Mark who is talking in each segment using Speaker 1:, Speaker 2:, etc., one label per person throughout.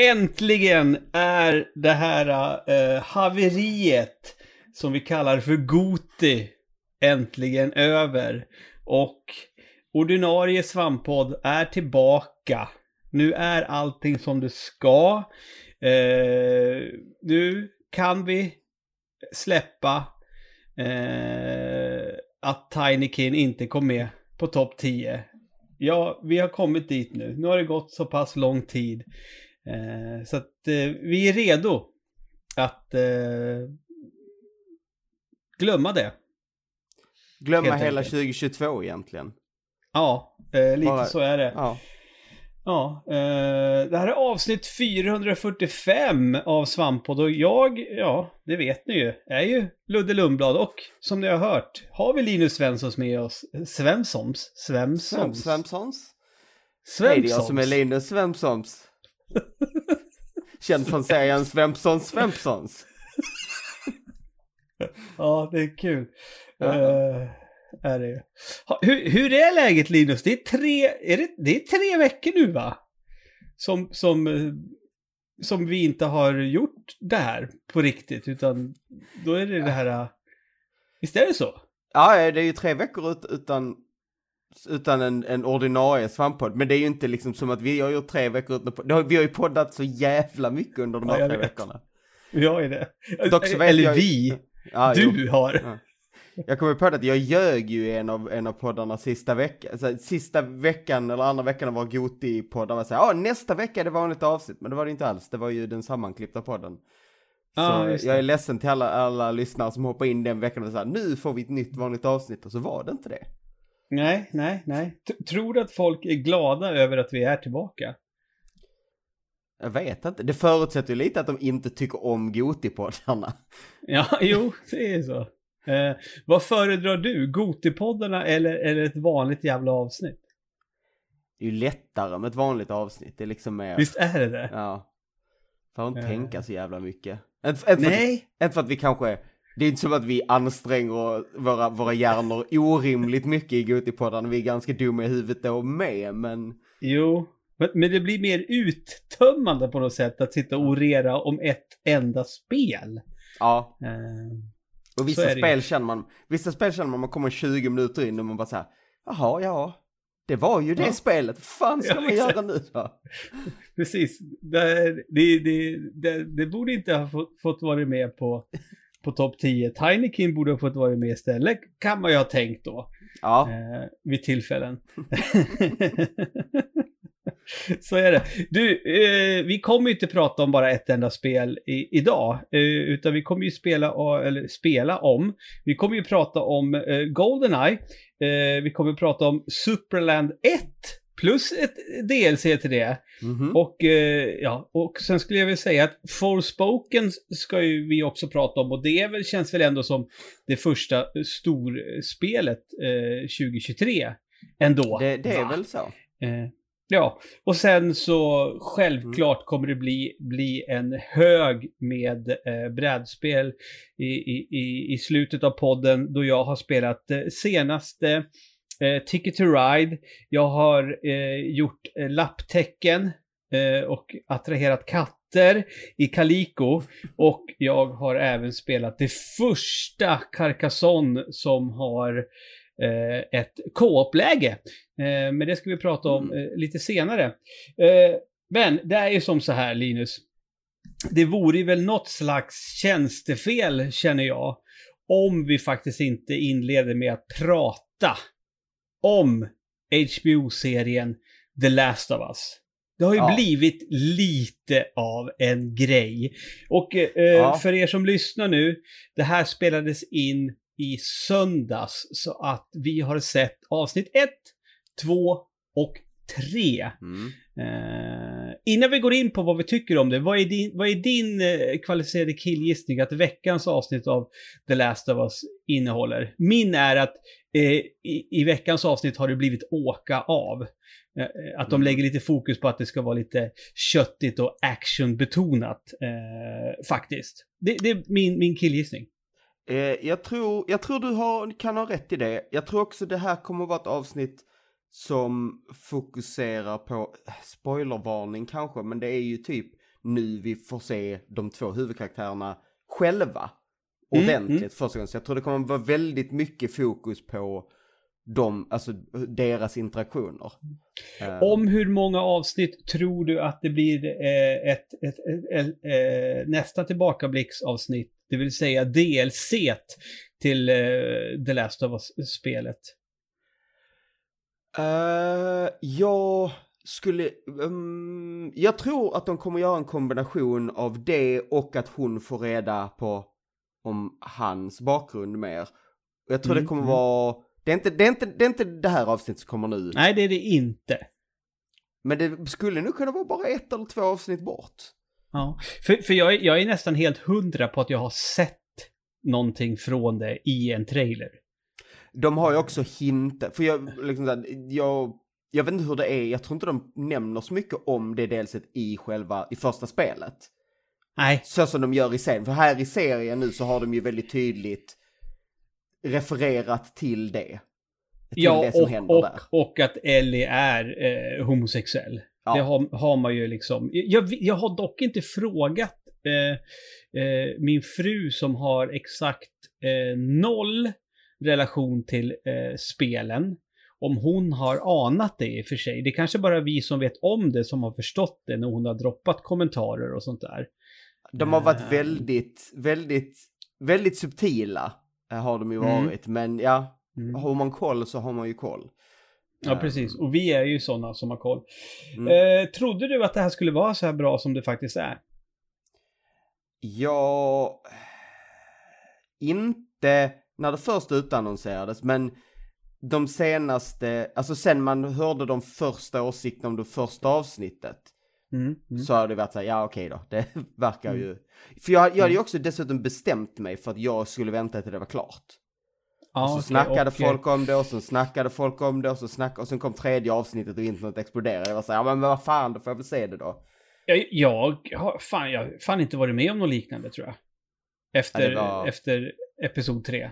Speaker 1: Äntligen är det här haveriet som vi kallar för Goti äntligen över. Och ordinarie Svamppodd är tillbaka. Nu är allting som det ska. Nu kan vi släppa att Tinykin inte kom med på topp 10. Ja, vi har kommit dit nu. Nu har det gått så pass lång tid. Så att vi är redo att glömma det.
Speaker 2: Glömma hela 2022 egentligen.
Speaker 1: Ja, lite så är det.
Speaker 2: Ja.
Speaker 1: Ja, det här är avsnitt 445 av Svamppodd och det vet ni ju, är ju Ludde Lundblad och som ni har hört har vi Linus Svenssons med oss. Svensons.
Speaker 2: Hej, det är jag som är Linus Svenssons. Känd från serien Svensons.
Speaker 1: Ja, det är kul. Är det. Hur är läget, Linus? Det är 3 veckor nu, va? Som vi inte har gjort det här på riktigt, utan då är det här. Visst är det så?
Speaker 2: Ja, det är ju 3 veckor utan en ordinarie Svamppodd. Men det är ju inte liksom som att vi har gjort 3 veckor utan vi har ju poddat så jävla mycket under de här 3 veckorna.
Speaker 1: Jag är det.
Speaker 2: Eller
Speaker 1: vi. Ja, du har.
Speaker 2: Ja. Jag kommer på att jag ljög ju en av poddarna sista veckan. Alltså, sista veckan eller andra veckan var Goti-podden. Jag sa, nästa vecka är det vanligt avsnitt. Men det var det inte alls. Det var ju den sammanklippta podden. Så jag är ledsen till alla lyssnare som hoppar in den veckan och säger, nu får vi ett nytt vanligt avsnitt. Och så var det inte det.
Speaker 1: Nej. Tror du att folk är glada över att vi är tillbaka?
Speaker 2: Jag vet inte. Det förutsätter ju lite att de inte tycker om Goti-poddarna.
Speaker 1: Ja, jo, det är så. Vad föredrar du? Goti-poddarna eller ett vanligt jävla avsnitt?
Speaker 2: Det är ju lättare med ett vanligt avsnitt. Det är liksom mer...
Speaker 1: Visst är det?
Speaker 2: Ja. Får inte tänka så jävla mycket.
Speaker 1: Nej.
Speaker 2: Inte för att vi kanske... Det är inte som att vi anstränger våra hjärnor orimligt mycket i Goti-poddarna. Vi är ganska dumma i huvudet då med, men...
Speaker 1: Jo, men det blir mer uttömmande på något sätt att sitta och orera om ett enda spel.
Speaker 2: Ja. Och vissa spel känner man kommer 20 minuter in och man bara så här, jaha, ja, det var ju det spelet. Vad fan ska man göra nu då?
Speaker 1: Precis. Det borde inte ha fått vara med på topp 10. Tinykin borde ha fått vara med istället, kan man ju ha tänkt då.
Speaker 2: Ja.
Speaker 1: Vid tillfällen. Så är det. Du, vi kommer ju inte prata om bara ett enda spel idag, utan vi kommer ju spela om. Vi kommer ju prata om GoldenEye. Vi kommer prata om Superland 1 plus ett DLC till det. Mm-hmm. Och sen skulle jag vilja säga att Forspoken ska ju vi också prata om, och det känns väl ändå som det första storspelet 2023 ändå.
Speaker 2: Det är väl så.
Speaker 1: Ja, och sen så självklart kommer det bli en hög med brädspel i slutet av podden, då jag har spelat senaste Ticket to Ride. Jag har gjort lapptecken och attraherat katter i Calico, och jag har även spelat det första Carcassonne som har ett co-op-läge. Men det ska vi prata om lite senare. Men det är ju som så här, Linus. Det vore väl något slags tjänstefel, känner jag, om vi faktiskt inte inleder med att prata om HBO-serien The Last of Us. Det har ju blivit lite av en grej. Och för er som lyssnar nu, det här spelades in i söndags, så att vi har sett avsnitt 1, 2 och 3. Innan vi går in på vad vi tycker om det, vad är din kvalificerade killgissning att veckans avsnitt av The Last of Us innehåller? Min är att i veckans avsnitt har det blivit åka av. Att de lägger lite fokus på att det ska vara lite köttigt och actionbetonat faktiskt. Det är min killgissning.
Speaker 2: Jag tror du kan ha rätt i det. Jag tror också det här kommer att vara ett avsnitt som fokuserar på spoilervarning kanske, men det är ju typ, nu vi får se de två huvudkaraktärerna själva ordentligt första gången. Så jag tror det kommer vara väldigt mycket fokus på alltså deras interaktioner.
Speaker 1: Om hur många avsnitt tror du att det blir nästa tillbakablicksavsnitt, det vill säga DLC till The Last of Us-spelet?
Speaker 2: Jag tror att de kommer göra en kombination av det och att hon får reda på om hans bakgrund mer. Jag tror det kommer vara... Det är inte det här avsnittet som kommer nu.
Speaker 1: Nej, det är det inte.
Speaker 2: Men det skulle nog kunna vara bara 1 eller 2 avsnitt bort.
Speaker 1: Ja, för jag är nästan helt 100 på att jag har sett någonting från det i en trailer.
Speaker 2: De har ju också hintat, för jag vet inte hur det är, jag tror inte de nämner så mycket om det delset i första spelet.
Speaker 1: Nej.
Speaker 2: Så som de gör i serien, för här i serien nu så har de ju väldigt tydligt refererat till det. Till det som händer där. Och
Speaker 1: att Ellie är homosexuell. Ja. Det har man ju liksom. Jag har dock inte frågat min fru som har exakt 0 relation till spelen. Om hon har anat det i och för sig. Det är kanske bara vi som vet om det som har förstått det när hon har droppat kommentarer och sånt där.
Speaker 2: De har varit väldigt, väldigt, väldigt subtila har de ju varit. Men ja, har man koll så har man ju koll.
Speaker 1: Ja, precis. Och vi är ju sådana som har koll. Trodde du att det här skulle vara så här bra som det faktiskt är?
Speaker 2: Ja, inte när det först utannonserades, men de senaste, alltså sen man hörde de första åsikterna om det första avsnittet, så har det varit så här, ja okej då, det verkar ju. För jag hade ju också dessutom bestämt mig för att jag skulle vänta till det var klart. Och så snackade folk om det, och så snackade folk om det, och sen kom 3:e avsnittet och internet exploderade. Jag var så här, ja men vad fan, då får jag väl se det då. Jag
Speaker 1: har fan inte varit med om något liknande, tror jag. Efter episod 3.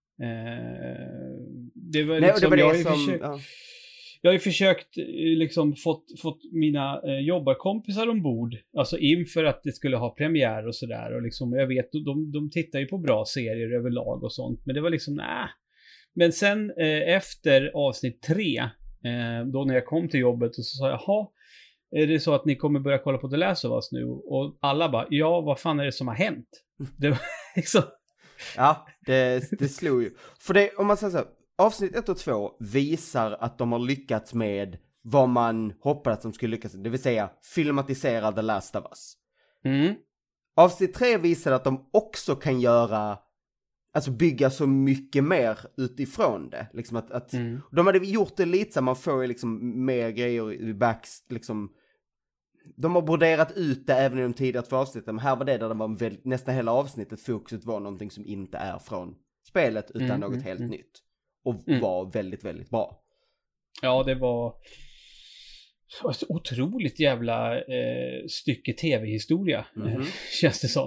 Speaker 1: Det var liksom, jag har ju försökt liksom fått mina jobbarkompisar ombord, alltså inför att det skulle ha premiär och sådär, och liksom jag vet de tittar ju på bra serier överlag och sånt, men det var liksom men sen efter avsnitt 3 då när jag kom till jobbet och så sa jag, jaha, är det så att ni kommer börja kolla på The Last of Us nu? Och alla bara, ja, vad fan är det som har hänt? Det var liksom...
Speaker 2: Ja, det slog ju. För det, om man säger så här, avsnitt 1 och 2 visar att de har lyckats med vad man hoppades att de skulle lyckas med. Det vill säga, filmatisera The Last of Us. Avsnitt 3 visar att de också kan göra, alltså bygga så mycket mer utifrån det. Liksom att de hade gjort det lite så man får ju liksom mer grejer i liksom. De har broderat ut det även i de tidigare 2 avsnitten. Men här var det där de var nästan hela avsnittet fokuset var någonting som inte är från spelet utan något helt nytt. Och var väldigt, väldigt bra. Ja,
Speaker 1: det var ett otroligt jävla stycke tv-historia. Känns det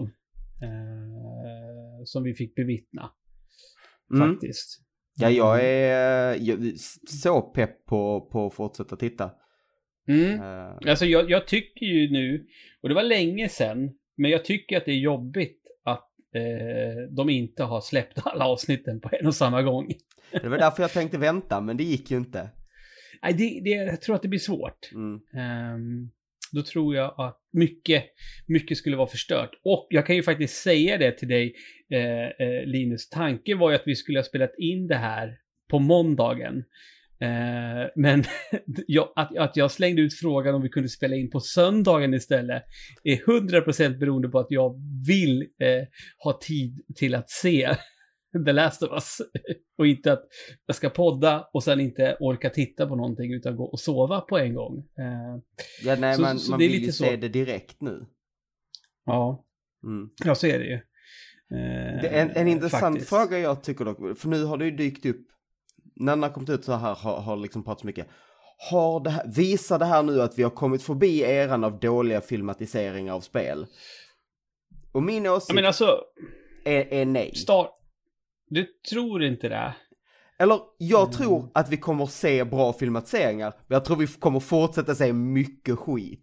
Speaker 1: som vi fick bevittna. Faktiskt.
Speaker 2: Ja, jag är så pepp på att fortsätta titta.
Speaker 1: Alltså jag tycker ju nu, och det var länge sedan, men jag tycker att det är jobbigt att de inte har släppt alla avsnitten på en och samma gång.
Speaker 2: Det var därför jag tänkte vänta, men det gick ju inte.
Speaker 1: Nej, jag tror att det blir svårt. Då tror jag att mycket skulle vara förstört. Och jag kan ju faktiskt säga det till dig, Linus. Tanken var ju att vi skulle ha spelat in det här på måndagen. Men att jag slängde ut frågan om vi kunde spela in på söndagen istället är 100% beroende på att jag vill ha tid till att se The Last of Us. Och inte att jag ska podda och sen inte orka titta på någonting utan gå och sova på en gång.
Speaker 2: Ja, nej, man vill ju se det direkt nu.
Speaker 1: Ja, ja, så är det ju.
Speaker 2: Det är en intressant fråga jag tycker dock, för nu har det ju dykt upp när den har kommit ut så här har liksom pratat så mycket. Visar det här nu att vi har kommit förbi eran av dåliga filmatiseringar av spel? Och min åsikt är nej.
Speaker 1: Du tror inte det?
Speaker 2: Eller jag tror att vi kommer se bra filmatiseringar, men jag tror vi kommer fortsätta se mycket skit.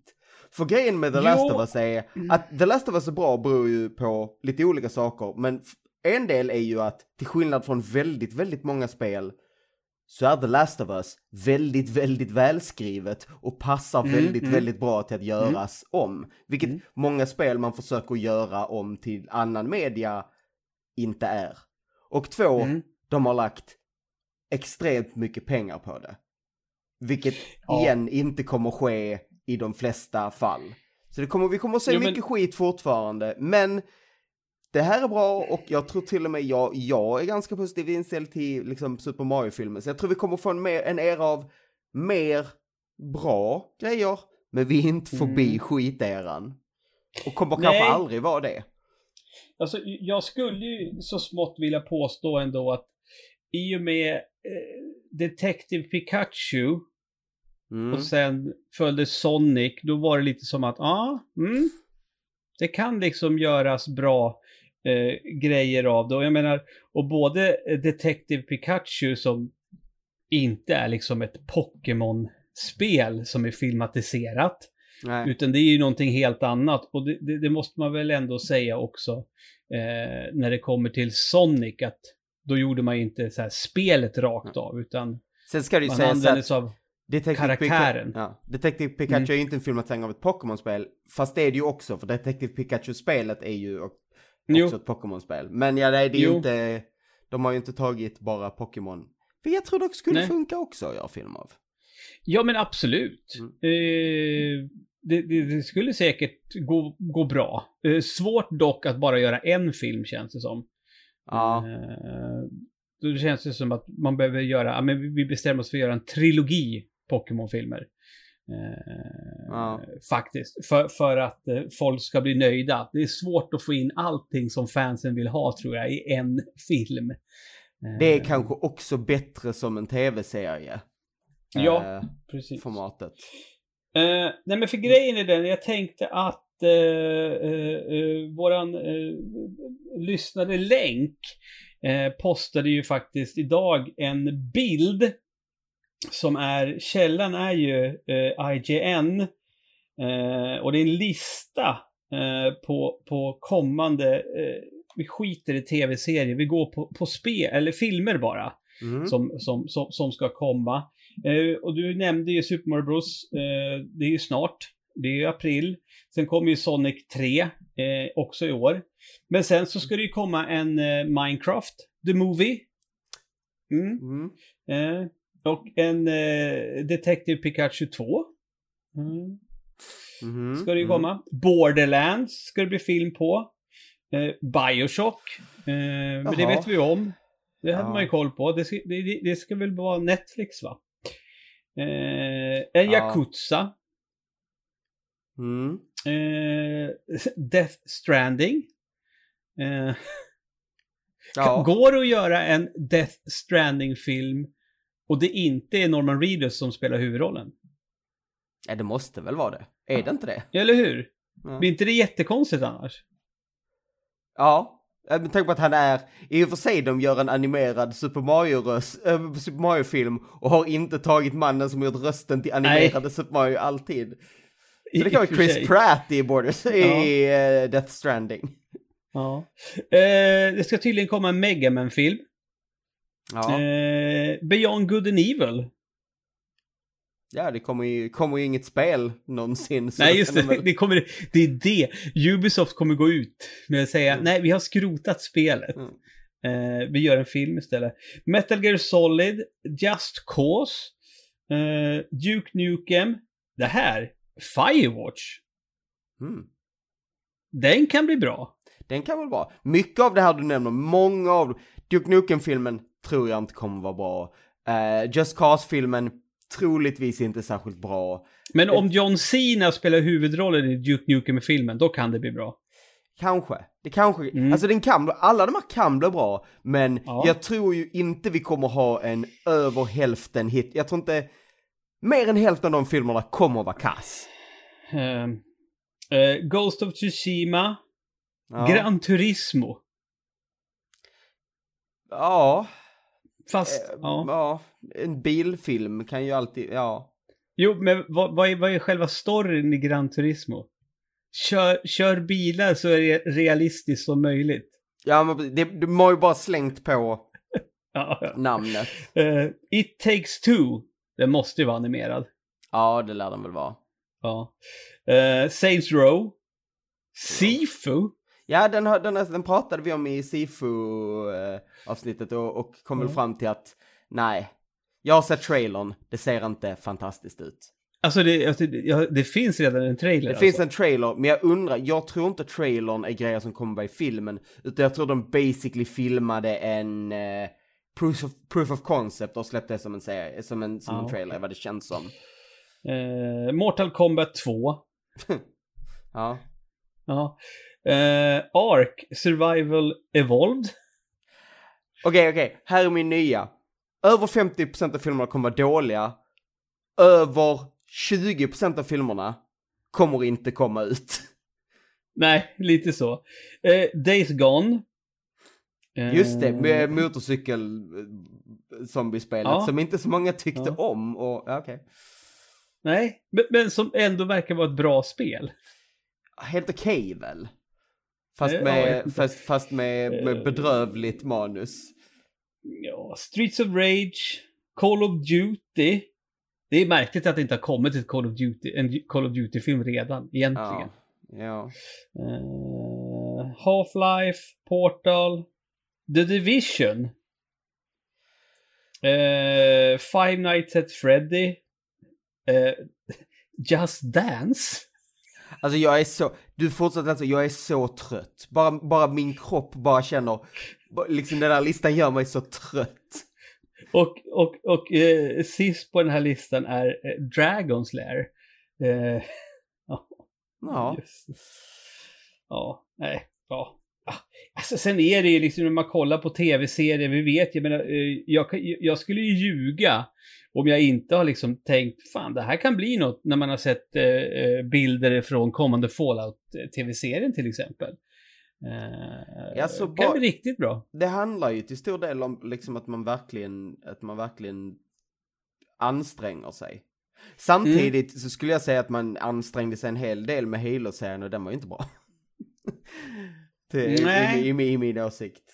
Speaker 2: För grejen med The Last of Us är att The Last of Us är bra beror ju på lite olika saker. Men en del är ju att till skillnad från väldigt, väldigt många spel så är The Last of Us väldigt, väldigt välskrivet och passar väldigt bra till att göras om. Vilket många spel man försöker göra om till annan media inte är. Och 2, de har lagt extremt mycket pengar på det. Vilket igen inte kommer ske i de flesta fall. Så vi kommer att se mycket skit fortfarande. Men det här är bra och jag tror till och med jag är ganska positiv inställd till liksom Super Mario-filmen. Så jag tror vi kommer få en era av mer bra grejer. Men vi är inte förbi skiteran. Och kommer kanske aldrig vara det.
Speaker 1: Alltså jag skulle ju så smått vilja påstå ändå att i och med Detective Pikachu och sen följde Sonic, då var det lite som att det kan liksom göras bra grejer av det. Och jag menar, och både Detective Pikachu som inte är liksom ett Pokémon-spel som är filmatiserat. Nej. Utan det är ju någonting helt annat. Och det måste man väl ändå säga också när det kommer till Sonic, att då gjorde man ju inte så här spelet rakt av, utan
Speaker 2: sen ska det ju
Speaker 1: man
Speaker 2: säga
Speaker 1: använde sig av karaktären.
Speaker 2: Detective Pikachu är ju inte en filmatisering av ett Pokémon-spel, fast det är det ju också, för Detective Pikachu-spelet är ju också ett Pokémon-spel. Men det är ju inte, de har ju inte tagit bara Pokémon. För jag tror det skulle funka också att göra film av. Ja, men absolut.
Speaker 1: Det skulle säkert gå bra. Svårt dock att bara göra en film, känns det som.
Speaker 2: Ja.
Speaker 1: Då känns det som att man behöver göra, men vi bestämmer oss för att göra en trilogi Pokémon-filmer. Faktiskt. För att folk ska bli nöjda. Det är svårt att få in allting som fansen vill ha, tror jag, i en film.
Speaker 2: Det är kanske också bättre som en tv-serie.
Speaker 1: Ja, precis.
Speaker 2: Formatet.
Speaker 1: Nej, men för grejen är den, jag tänkte att våran lyssnade Länk postade ju faktiskt idag en bild som källan är ju IGN, och det är en lista på kommande, vi skiter i tv-serier, vi går på spel eller filmer bara som ska komma. Och du nämnde ju Super Mario Bros. Det är ju snart. Det är ju april. Sen kommer ju Sonic 3 också i år. Men sen så ska det ju komma en Minecraft The Movie. Och en Detective Pikachu 2. Ska det ju komma. Borderlands ska det bli film på. Bioshock. Men det vet vi om. Det hade man ju koll på. Det ska väl vara Netflix, va? En Yakuza. Death Stranding. Går det att göra en Death Stranding-film och det inte är Norman Reedus som spelar huvudrollen?
Speaker 2: Ja, det måste väl vara det. Är det inte det?
Speaker 1: Eller hur? Blir inte det jättekonstigt annars?
Speaker 2: Ja. Men tänk på att han är, i och för sig de gör en animerad Super Mario-film och har inte tagit mannen som gjort rösten till animerade Super Mario alltid. Så det kan vara Chris Pratt i Death Stranding.
Speaker 1: Ja. Det ska tydligen komma en Mega Man-film.
Speaker 2: Ja.
Speaker 1: Beyond Good and Evil.
Speaker 2: Ja, det kommer ju inget spel någonsin.
Speaker 1: Nej, just det. Det är det. Ubisoft kommer gå ut med att säga, nej, vi har skrotat spelet. Vi gör en film istället. Metal Gear Solid, Just Cause, Duke Nukem, det här, Firewatch. Den kan bli bra.
Speaker 2: Den kan vara bra. Mycket av det här du nämner, många av Duke Nukem-filmen tror jag inte kommer vara bra. Just Cause-filmen troligtvis inte särskilt bra.
Speaker 1: Men om John Cena spelar huvudrollen i Duke Nukem-filmen, då kan det bli bra.
Speaker 2: Kanske. Alltså alla de här kan bli bra, men jag tror ju inte vi kommer ha en över hälften hit. Jag tror inte mer än hälften av de filmerna kommer att vara kass.
Speaker 1: Ghost of Tsushima, Gran Turismo.
Speaker 2: Ja.
Speaker 1: Fast,
Speaker 2: en bilfilm kan ju alltid,
Speaker 1: Jo, men vad är själva storyn i Gran Turismo? Kör bilar så är det realistiskt som möjligt.
Speaker 2: Ja, men du har ju bara slängt på namnet.
Speaker 1: It Takes Two. Den måste ju vara animerad.
Speaker 2: Ja, det lär den väl vara.
Speaker 1: Ja. Saints Row. Sifu.
Speaker 2: Ja, den pratade vi om i Sifu-avsnittet och kom väl fram till att nej, jag har sett trailern, det ser inte fantastiskt ut.
Speaker 1: Alltså det finns redan en trailer.
Speaker 2: Det finns en trailer, men jag tror inte trailern är grejer som kommer vara i filmen, utan jag tror de basically filmade en proof of concept och släppte det som en serie, som en trailer, vad det känns som.
Speaker 1: Mortal Kombat 2.
Speaker 2: Ja.
Speaker 1: Ja. Ark Survival Evolved.
Speaker 2: Okej. Här är min nya. Över 50% av filmerna kommer vara dåliga. Över 20% av filmerna kommer inte komma ut.
Speaker 1: Nej, lite så. Days Gone.
Speaker 2: Just det, med motorcykel-zombiespelet som inte så många tyckte om. Okay.
Speaker 1: Nej, men som ändå verkar vara ett bra spel.
Speaker 2: Helt okej väl. Fast med bedrövligt manus.
Speaker 1: Ja, Streets of Rage, Call of Duty. Det är märkligt att det inte har kommit en Call of Duty-film redan, egentligen.
Speaker 2: Ja.
Speaker 1: Half-Life, Portal, The Division, Five Nights at Freddy, Just Dance.
Speaker 2: Alltså jag är så trött. Bara min kropp bara känner, liksom den här listan gör mig så trött.
Speaker 1: Och sist på den här listan är Dragon's Lair. Alltså sen är det ju liksom när man kollar på tv-serier, vi vet, jag skulle ju ljuga om jag inte har liksom tänkt, fan det här kan bli något, när man har sett bilder från kommande Fallout-tv-serien till exempel. Kan bli riktigt bra.
Speaker 2: Det handlar ju till stor del om liksom att man verkligen anstränger sig. Samtidigt så skulle jag säga att man ansträngde sig en hel del med Halo-serien och den var ju inte bra. I min åsikt.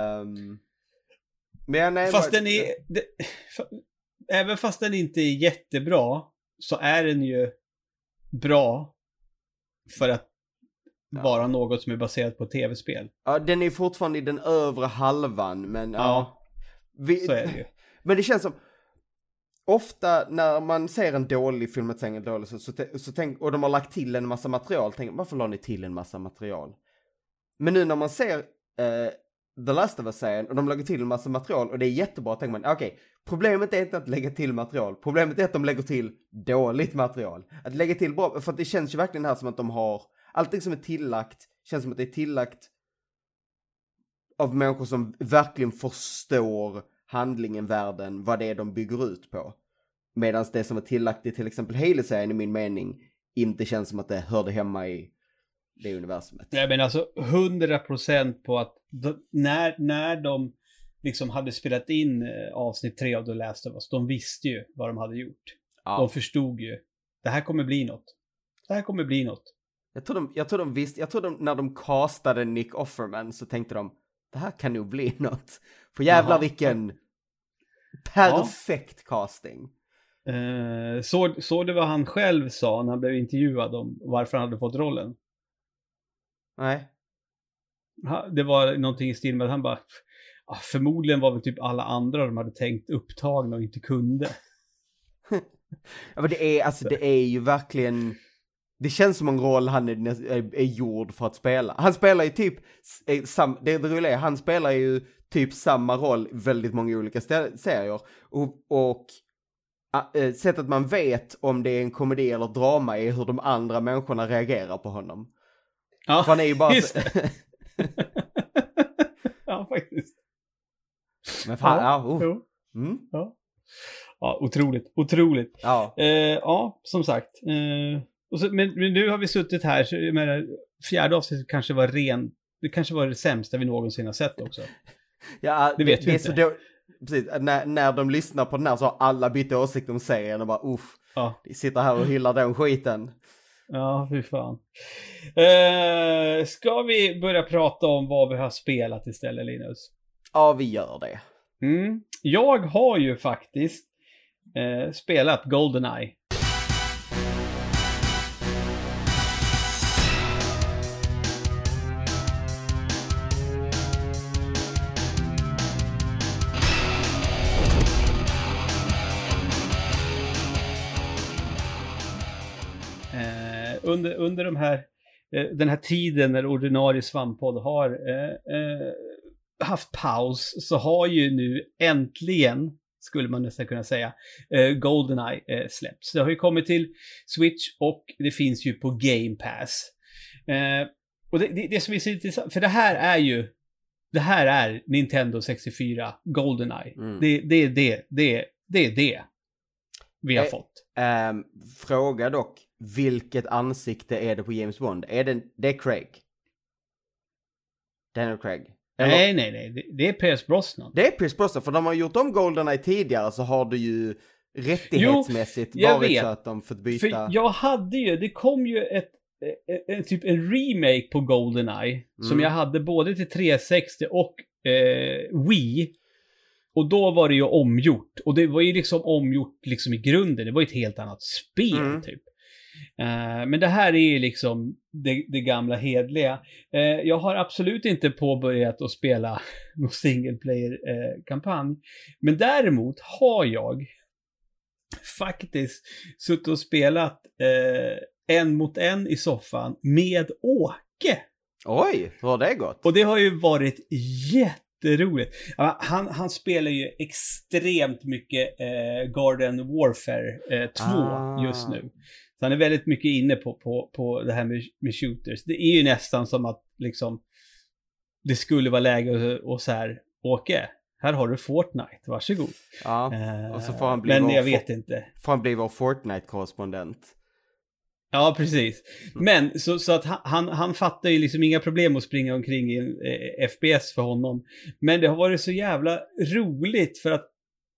Speaker 1: Även fast den inte är jättebra så är den ju bra för att vara något som är baserat på tv-spel.
Speaker 2: Ja, den är fortfarande i den övre halvan, men
Speaker 1: så är det ju.
Speaker 2: Men det känns som ofta när man ser en dålig film, så tänk, och de har lagt till en massa material, tänk, varför la ni till en massa material? Men nu när man ser The Last of Us-serien och de lägger till en massa material och det är jättebra, tänker man, okej, problemet är inte att lägga till material, problemet är att de lägger till dåligt material. Att lägga till bra, för att det känns ju verkligen här som att de har allting som är tillagt, känns som att det är tillagt av människor som verkligen förstår handlingen, världen, vad det är de bygger ut på. Medan det som är tillagt i till exempel Halo-serien i min mening inte känns som att det hörde hemma i det universumet.
Speaker 1: Nej, men alltså 100% på att när de liksom hade spelat in avsnitt 3 av The Last of Us, de visste ju vad de hade gjort. Ja. De förstod ju. Det här kommer bli något. Jag tror de visste, när de castade Nick Offerman så tänkte de, det här kan nog bli något. För jävlar vilken perfekt casting. Såg det vad han själv sa när han blev intervjuad om varför han hade fått rollen?
Speaker 2: Nej.
Speaker 1: Det var någonting i stil med att han bara, förmodligen var väl typ alla andra de hade tänkt upptagna och inte kunde.
Speaker 2: Ja, men det är ju verkligen, det känns som en roll han är gjord för att spela. Han spelar ju typ han spelar ju typ samma roll i väldigt många olika serier och sättet man vet om det är en komedi eller drama är hur de andra människorna reagerar på honom.
Speaker 1: Ja,
Speaker 2: han är ju bara
Speaker 1: ja, faktiskt.
Speaker 2: Men fan,
Speaker 1: ja, otroligt.
Speaker 2: Ja,
Speaker 1: som sagt. Men nu har vi suttit här, så jag menar, fjärde avsnittet kanske var det kanske var det sämsta vi någonsin har sett också.
Speaker 2: Ja,
Speaker 1: det vet vi inte.
Speaker 2: Precis, när de lyssnar på den här så har alla bytt åsikt om serien och bara,
Speaker 1: Ja.
Speaker 2: Sitter här och hyllar den skiten.
Speaker 1: Ja, fy fan. Ska vi börja prata om vad vi har spelat istället, Linus?
Speaker 2: Ja, vi gör det.
Speaker 1: Jag har ju faktiskt spelat GoldenEye. Under den här tiden när ordinarie Svamppodd har haft paus, så har ju nu äntligen, skulle man nästan kunna säga, GoldenEye släppts. Det har ju kommit till Switch och det finns ju på Game Pass. Och det som är så intressant, för det här är Nintendo 64 GoldenEye. Det är det vi har fått.
Speaker 2: Fråga dock, vilket ansikte är det på James Bond? Det är Craig? Daniel Craig? Eller?
Speaker 1: Nej. Det är Pierce Brosnan.
Speaker 2: Det är Pierce Brosnan, för när man har gjort om GoldenEye tidigare så har det ju rättighetsmässigt varit så att de fått byta.
Speaker 1: För jag hade ju, det kom ju typ en remake på GoldenEye som jag hade både till 360 och Wii. Och då var det ju omgjort. Och det var ju liksom omgjort liksom i grunden. Det var ju ett helt annat spel typ. Men det här är ju liksom det gamla hedliga. Jag har absolut inte påbörjat att spela någon single player-kampanj. Men däremot har jag faktiskt suttit och spelat en mot en i soffan med Åke.
Speaker 2: Oj, hur har det gått?
Speaker 1: Och det har ju varit jätteroligt. Han spelar ju extremt mycket Garden Warfare 2 just nu. Så han är väldigt mycket inne på det här med shooters. Det är ju nästan som att liksom det skulle vara läge och så här, Åke, här har du Fortnite, varsågod.
Speaker 2: Ja, och så får han bli
Speaker 1: men jag vet inte. Får
Speaker 2: han bli vår Fortnite-korrespondent.
Speaker 1: Ja, precis. Men så att han fattar ju liksom inga problem att springa omkring i en FPS för honom. Men det har varit så jävla roligt för att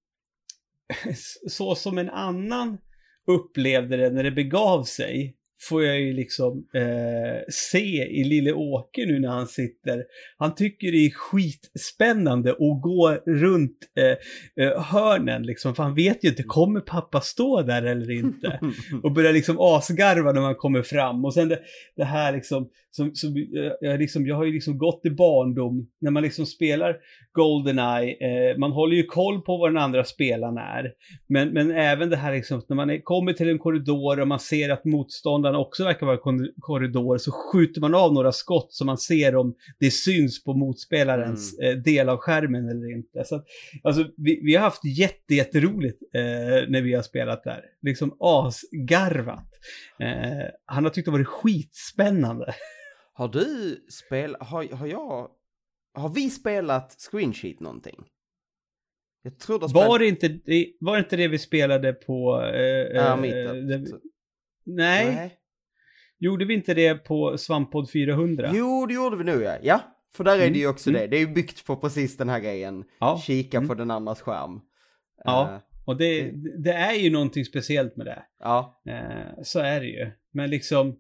Speaker 1: så som en annan upplevde det när det begav sig, får jag ju liksom se i lille Åke nu när han sitter. Han tycker det är skitspännande att gå runt hörnen liksom, för han vet ju inte, kommer pappa stå där eller inte? Och börja liksom asgarva när man kommer fram. Och sen det här liksom, jag har ju liksom gått i barndom när man liksom spelar GoldenEye, man håller ju koll på vad den andra spelaren är, men även det här liksom, när man kommer till en korridor och man ser att motståndaren också verkar vara en korridor, så skjuter man av några skott så man ser om det syns på motspelarens del av skärmen eller inte. Så att, alltså, vi har haft jätteroligt när vi har spelat där, liksom asgarvat. Han har tyckt det varit skitspännande.
Speaker 2: Har du spelat, har vi spelat Screensheet någonting? Jag tror
Speaker 1: var det inte det vi spelade på Nej. Gjorde vi inte det på Svamppodd 400?
Speaker 2: Jo, det gjorde vi nu, ja. Ja, för där är det ju också det. Det är ju byggt på precis den här grejen. Ja. Kika på den andras skärm.
Speaker 1: Ja, och det är ju någonting speciellt med det.
Speaker 2: Ja.
Speaker 1: Så är det ju. Men liksom,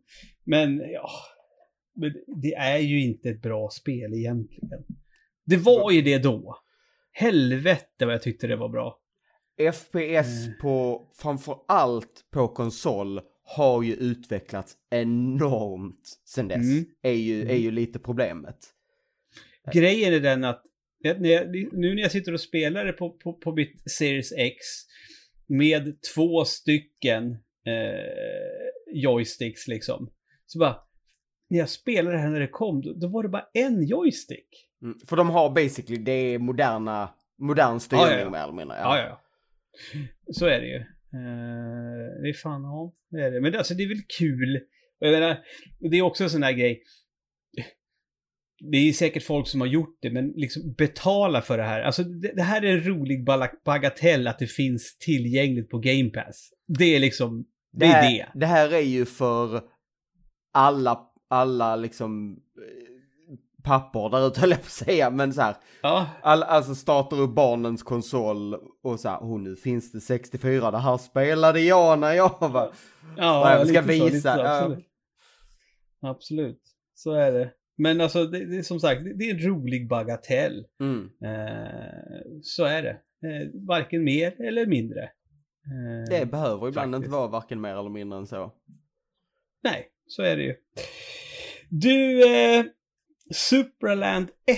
Speaker 1: det är ju inte ett bra spel egentligen. Det var ju det då. Helvete vad jag tyckte det var bra.
Speaker 2: FPS på, framförallt på konsol, har ju utvecklats enormt sen dess. Är ju lite problemet.
Speaker 1: Grejen är den att nu när jag sitter och spelar det på mitt Series X med 2 stycken joysticks liksom, så bara när jag spelade det här när det kom, då var det bara en joystick.
Speaker 2: För de har basically, det är modern styrning med all menar.
Speaker 1: Ja. Så är det ju. Det är fan, det är det. Men alltså, det är väl kul. Jag menar, det är också en sån här grej. Det är säkert folk som har gjort det, men liksom betala för det här. Alltså det här är en rolig bagatell att det finns tillgängligt på Game Pass. Det är liksom,
Speaker 2: det här är ju för alla liksom pappor där ute, höll jag på att säga, men så här,
Speaker 1: Ja.
Speaker 2: alltså startar upp barnens konsol och så här, nu finns det 64, det här spelade jag när jag var, jag ska visa.
Speaker 1: Absolut, så är det. Men alltså, det är som sagt, det är en rolig bagatell. Så är det. Varken mer eller mindre.
Speaker 2: Det behöver ibland inte vara varken mer eller mindre än så.
Speaker 1: Nej, så är det ju. Du, Supraland 1.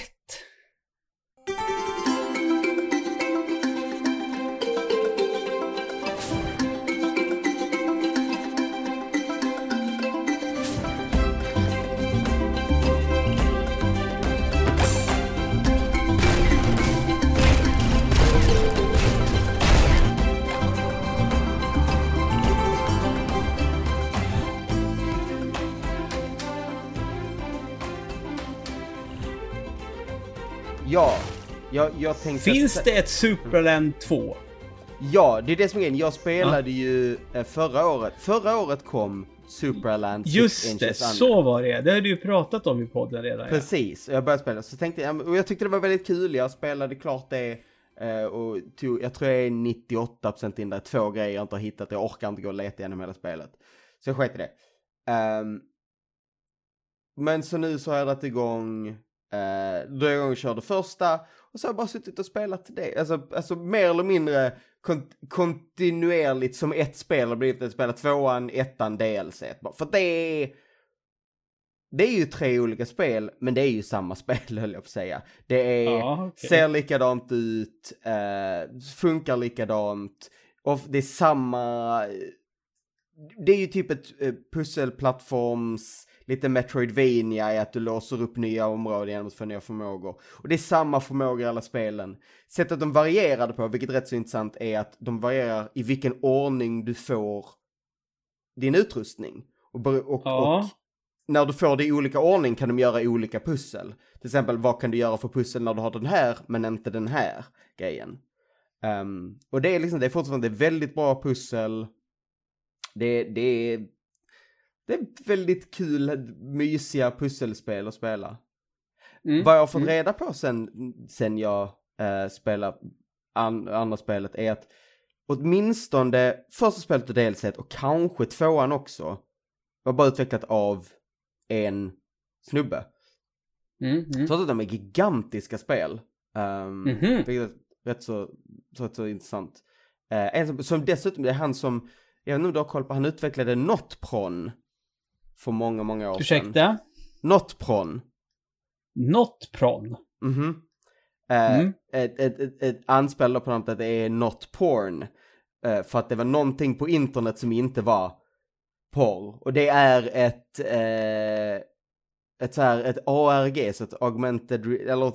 Speaker 2: Ja, jag tänkte...
Speaker 1: Finns det ett Supraland 2?
Speaker 2: Ja, det är det som är grejen. Jag spelade ju förra året. Förra året kom Supraland 6
Speaker 1: Just
Speaker 2: Inches
Speaker 1: det,
Speaker 2: Under.
Speaker 1: så var det. Det har du ju pratat om i podden redan.
Speaker 2: Precis, jag började spela. Så tänkte jag, och jag tyckte det var väldigt kul. Jag spelade klart det och jag tror jag är 98% in där. 2 grejer jag inte har hittat. Jag orkar inte gå och leta igenom hela spelet. Så jag sket i det. Men så nu så har jag dragit igång... Då jag körde första och så har jag bara suttit och spelat till det. Alltså mer eller mindre kontinuerligt som ett spel har blivit att spela 2an, 1an, DLC. För det är ju 3 olika spel, men det är ju samma spel, höll jag på att säga. Det är, ser likadant ut, funkar likadant, och det är samma... Det är ju typ ett pusselplattforms, lite Metroidvania i att du låser upp nya områden genom att få nya förmågor. Och det är samma förmågor i alla spelen. Sättet de varierade på, vilket är rätt så intressant, är att de varierar i vilken ordning du får din utrustning. Och när du får det i olika ordning kan de göra olika pussel. Till exempel, vad kan du göra för pussel när du har den här men inte den här grejen. Och det är liksom, det är fortfarande väldigt bra pussel. Det är väldigt kul, mysiga pusselspel att spela. Vad jag har fått reda på sen jag spelade andra spelet är att åtminstone första spelet och DLC och kanske 2an också var bara utvecklat av en snubbe. Så att de är gigantiska spel. Vilket är rätt så intressant. Som dessutom, det är han som, jag vet inte om du har koll på, han utvecklade Notpron för många år sedan.
Speaker 1: Ursäkta?
Speaker 2: Notpron.
Speaker 1: Notpron?
Speaker 2: Ett anspel på något att det är not porn. För att det var någonting på internet som inte var porr. Och det är ett ARG, så ett augmented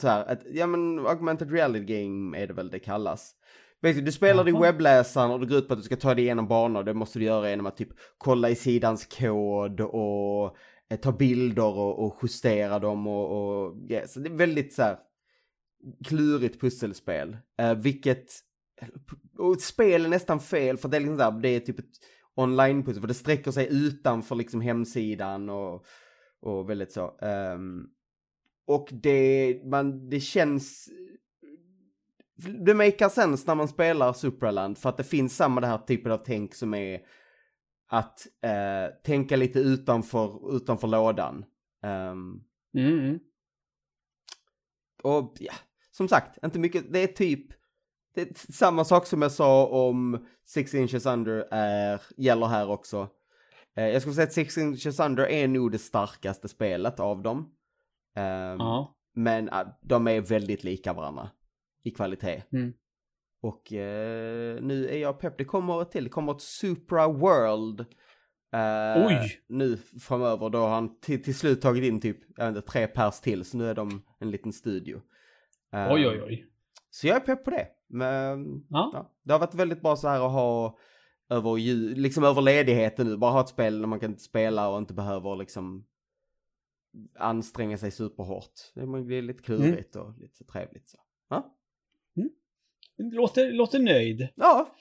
Speaker 2: reality game är det väl det kallas. Du spelar i webbläsaren och det går ut på att du ska ta dig igenom banor. Det måste du göra genom att typ kolla i sidans kod och ta bilder och justera dem så det är väldigt så här klurigt pusselspel. Och spel är nästan fel, för det är liksom där, det är typ ett online-pussel, för det sträcker sig utanför liksom hemsidan och väldigt så. Och det känns... Det makar sense när man spelar Supraland, för att det finns samma det här typen av tänk som är att tänka lite utanför lådan. Och ja, som sagt, inte mycket. Det är samma sak som jag sa om 6 Inches Under gäller här också. Jag skulle säga att 6 Inches Under är nog det starkaste spelet av dem. Men de är väldigt lika varandra i kvalitet. Och nu är jag pepp. Det kommer ett Supra World nu framöver. Då har han till slut tagit in typ 3 pers till. Så nu är de en liten studio.
Speaker 1: Oj.
Speaker 2: Så jag är pepp på det. Men, det har varit väldigt bra så här att ha över ledigheten nu. Bara ha ett spel där man kan spela och inte behöver liksom anstränga sig superhårt. Det blir lite klurigt och lite trevligt så. Ja?
Speaker 1: Låter nöjd.
Speaker 2: Ja.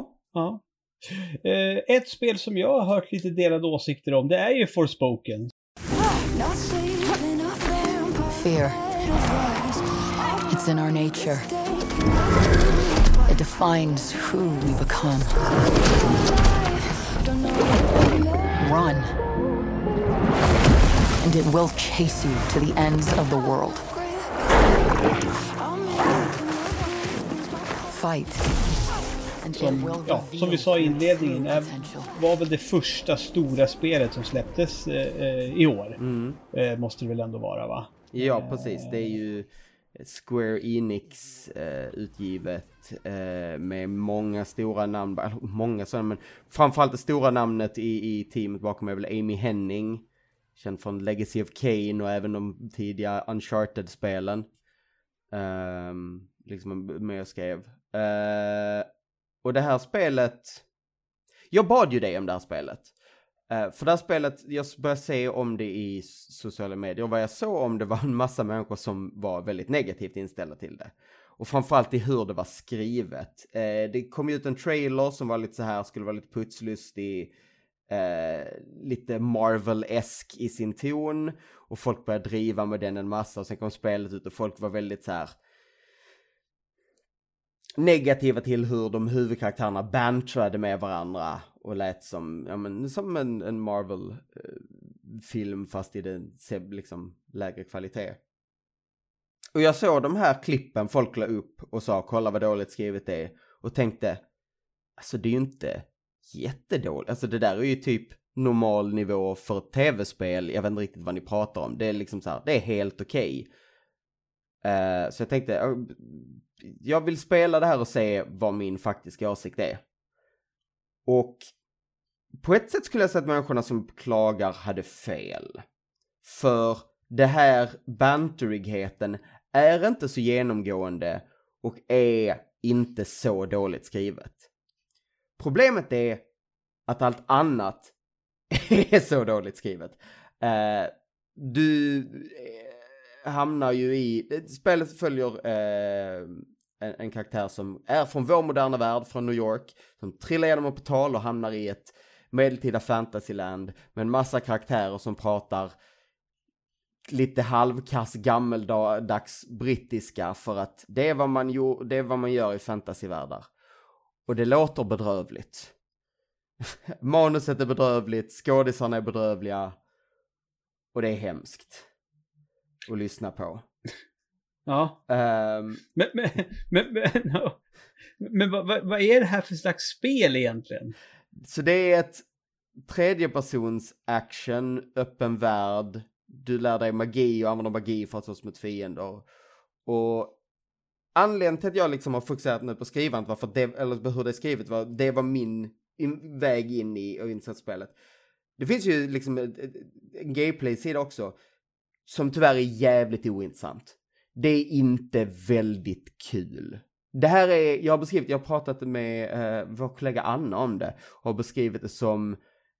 Speaker 1: Ett spel som jag har hört lite delade åsikter om, det är ju Forspoken.
Speaker 3: Fear. It's in our nature. It defines who we become. Run. And it will chase you to the ends of the world. Fight.
Speaker 1: Som vi sa i inledningen var väl det första stora spelet som släpptes i år. Måste det väl ändå vara, va?
Speaker 2: Ja, precis. Det är ju Square Enix utgivet med många stora namn, många sådana, men framförallt det stora namnet i teamet bakom är väl Amy Hennig, känd från Legacy of Kain och även de tidiga Uncharted-spelen. Liksom med jag skrev. Och det här spelet, jag bad ju dig om det här spelet. För det här spelet, jag började se om det i sociala medier. Och vad jag såg om det var en massa människor som var väldigt negativt inställda till det. Och framförallt i hur det var skrivet. Det kom ut en trailer som var lite så här, skulle vara lite putslustig. Lite Marvel-esk i sin ton. Och folk började driva med den en massa. Och sen kom spelet ut och folk var väldigt så här negativa till hur de huvudkaraktärerna bantrade med varandra och lät som, ja, men, som en Marvel-film fast i den liksom lägre kvalitet. Och jag såg de här klippen folk la upp och sa kolla vad dåligt skrivet det är och tänkte, alltså det är ju inte jättedåligt, alltså det där är ju typ normal nivå för ett tv-spel, jag vet inte riktigt vad ni pratar om, det är liksom så här, det är helt okej. Så jag tänkte, jag vill spela det här och se vad min faktiska åsikt är. Och på ett sätt skulle jag säga att människorna som klagar hade fel. För det här banterigheten är inte så genomgående och är inte så dåligt skrivet. Problemet är att allt annat är så dåligt skrivet. Du hamnar ju i, spelet följer en karaktär som är från vår moderna värld, från New York, som trillar genom ett portal och hamnar i ett medeltida fantasyland med en massa karaktärer som pratar lite halvkass gammeldags brittiska, för att det är vad man gör i fantasyvärldar. Och det låter bedrövligt. Manuset är bedrövligt, skådisarna är bedrövliga och det är hemskt att lyssna på.
Speaker 1: Ja. Men vad är det här för slags spel egentligen?
Speaker 2: Så det är ett tredjepersons action, öppen värld. Du lär dig magi och använder magi för att slåss mot fiender. Och anledningen till att jag liksom har fokuserat nu på skrivandet var för det, eller hur det är skrivet var, det var min väg in i och insett spelet. Det finns ju liksom en gameplay-sida också som tyvärr är jävligt ointressant. Det är inte väldigt kul. Det här är, jag har pratat med vår kollega Anna om det och har beskrivit det som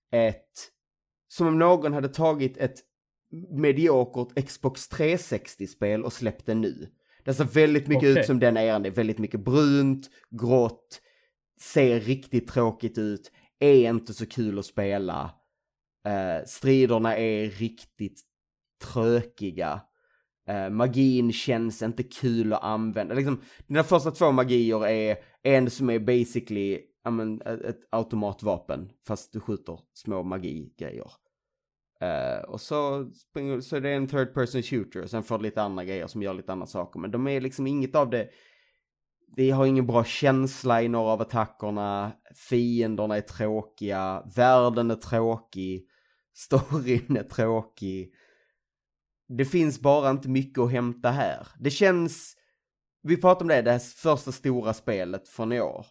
Speaker 2: om någon hade tagit ett mediokert Xbox 360-spel och släppt det nu. Det ser väldigt mycket ut som den eran. Det är väldigt mycket brunt, grått, ser riktigt tråkigt ut, är inte så kul att spela. Striderna är riktigt trökiga. Magin känns inte kul att använda. Liksom, dina första två magier är en som är basically ett automatvapen fast du skjuter små magigrejer. Och så är det en third person shooter och sen får du lite andra grejer som gör lite andra saker. Men de är liksom inget av det. Det har ingen bra känsla i några av attackerna. Fienderna är tråkiga. Världen är tråkig. Storyn är tråkig. Det finns bara inte mycket att hämta här. Det känns, vi pratar om det här första stora spelet från i år.